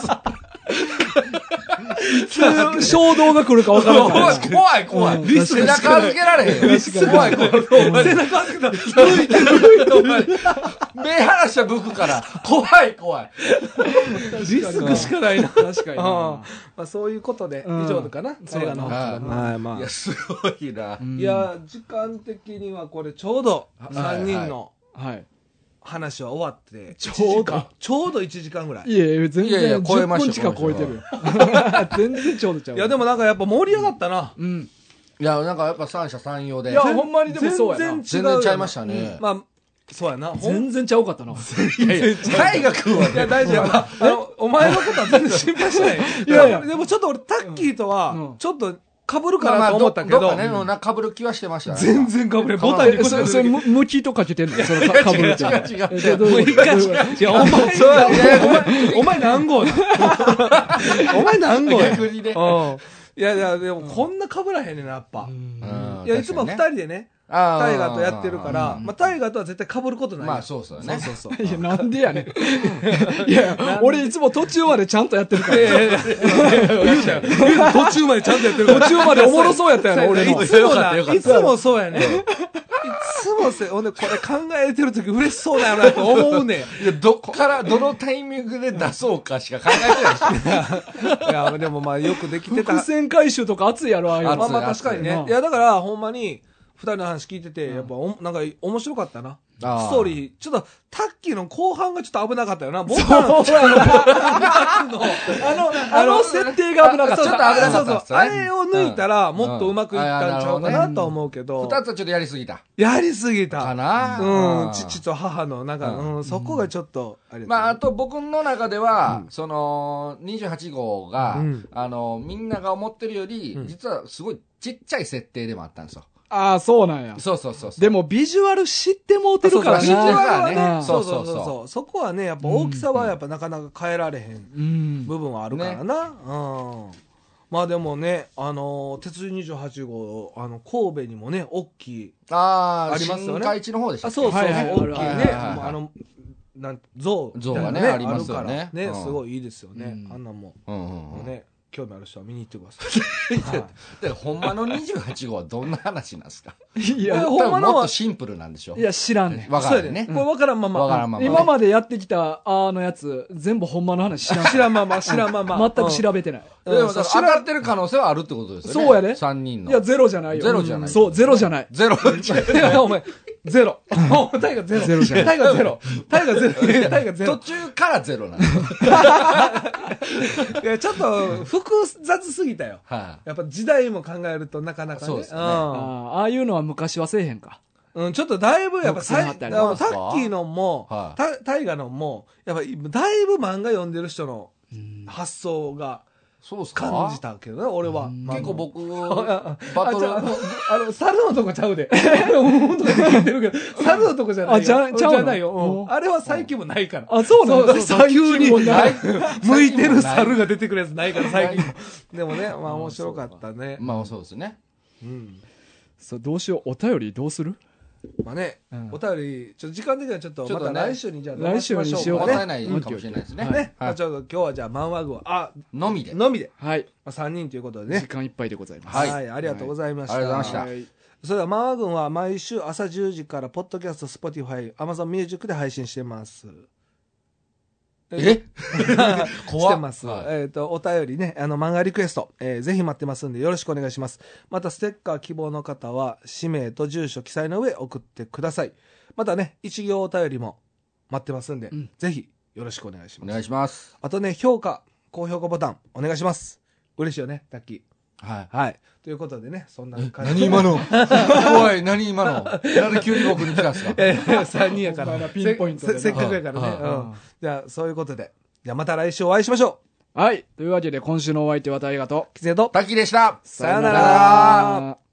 衝動が来るか分からない。 怖い。背中預けられへん。怖い。背中預けたら、向いてる。 目離したら向くから。怖い。 リスクしかないな。 確かに。 まあそういうことで、以上かな。 そうやな。 いや、すごいな。 いや、時間的にはこれちょうど3人の話は終わって、 ちょうど1時間ぐらい。 いやいや、全然超えま 10分した近く超えてるよ。全然ちょうどちゃう。 いや、でもなんかやっぱ盛り上がったな。 うん。 いや、なんかやっぱ三者三様で。 いや、ほんまにでもそうやな。 全然ちゃいましたね。 まあ、そうやな。 全然ちゃうかったな。 大河君はね。 いや、大丈夫。お前のことは全然心配しない。いやいや、でもちょっと俺、タッキーとは、ちょっと、被るかなと思ったけど。 どっかね、被る気はしてましたね。 全然被れ。ボタンにそれ、向きとかけてんのその被るって。 違う。いや、お前何号お前何号逆にね。 いやいや、でもこんな被らへんねんな、やっぱ。いや、いつも二人でね、タイガーとやってるから、まあ、タイガーとは絶対被ることない。 まあ、そうそうね。 そう。 いや、なんでやねん。いや、俺いつも途中までちゃんとやってるから。言うじゃん。途中までちゃんとやってるから。 途中までおもろそうやったやろ、俺の。 いつもそうやねん。いつもほんで、これ考えてるとき嬉しそうだよなと思うねん。 いや、どのタイミングで出そうかしか考えてないし。 いや、でもまあよくできてた。 伏線回収とか熱いやろ、ああいうの。 まあ確かにね。いや、だからほんまに、二人の話聞いてて、やっぱなんか面白かったな。ストーリー、ちょっと、タッキーの後半がちょっと危なかったよな。ボタンの、 あの設定が危なかった。 ちょっと危なかった。あれを抜いたら、もっとうまくいったんちゃうかなとは思うけど。 二つはちょっとやりすぎた。 やりすぎた。 かな父と母の、なんか、そこがちょっと、 まあ、あと僕の中では、その、28号が、みんなが思ってるより、実はすごいちっちゃい設定でもあったんですよ。 ああ、そうなんや。 そう。 でも、ビジュアル知ってもうてるからな。 ビジュアルはね。そう。そこはね、やっぱ大きさはやっぱなかなか変えられへん部分はあるからな。まあでもね、鉄人28号、神戸にもね、大きい、 ありますよね。新海地の方でしたっけ？ そう、大きいね。像がね、ありますよね。 ね、すごいいいですよね。あんなもん。ね。興味ある人は見に行ってください。 でほんまの28号はどんな話なんですか？ いや、 ほんまのはもっとシンプルなんでしょ？ いや、知らんねん。 わからんね。 これわからんまま。 今までやってきたやつ、全部ほんまの話知らんまま。 全く調べてない。 でも当たってる可能性はあるってことですよね。 そうやね。 3人の。 いや、ゼロじゃないよ。 ゼロじゃない。 そう、ゼロじゃない。 ゼロ。 お前、ゼロ。タイガゼロ。 ゼロじゃない。 タイガゼロ。タイガゼロ。 途中からゼロなんですいや、ちょっと複雑すぎたよ。やっぱ時代も考えるとなかなかね。 そうですね。 ああいうのは昔はせえへんか。 ちょっとだいぶやっぱタッキーのも、タイガのも、やっぱだいぶ漫画読んでる人の発想が、感じたけどね、俺は。 結構僕、 バトル。猿のとこちゃうで。聞いてるけど、猿のとこじゃないよ。じゃないよ。あれは最近もないから。 あ、そうなんだ。 最近もない。向いてる猿が出てくるやつないから、最近も。でもね、まあ面白かったね。 まあそうですね。 そう、どうしよう。お便りどうする？ まあね、お便り、ちょっと時間的にはちょっと、また来週にじゃあ、 来週にしようかね。答えないかもしれないですね。 ね。ちょっと今日はじゃあ、漫画具は、 のみで。 はい。 3人ということでね。 時間いっぱいでございます。 はい、ありがとうございました。 ありがとうございました。 それでは、漫画軍は毎週朝10時から、ポッドキャスト、Spotify、Amazon Music で配信してます。してます。お便りね、漫画リクエスト、ぜひ待ってますんでよろしくお願いします。また、ステッカー希望の方は、氏名と住所記載の上送ってください。またね、一行お便りも待ってますんで、ぜひよろしくお願いします。 お願いします。 あとね、高評価ボタンお願いします。嬉しいよね、タッキー。はい。ということでね、そんな感じ。 何今のおい、何今のなんで急に僕に来たんですか 3人やから。 ピンポイントで。 せっかくやからね。じゃあ、そういうことで。じゃあまた来週お会いしましょう。はい。というわけで、今週のお相手は大河と、 キツネと、 タッキーでした。 さよなら。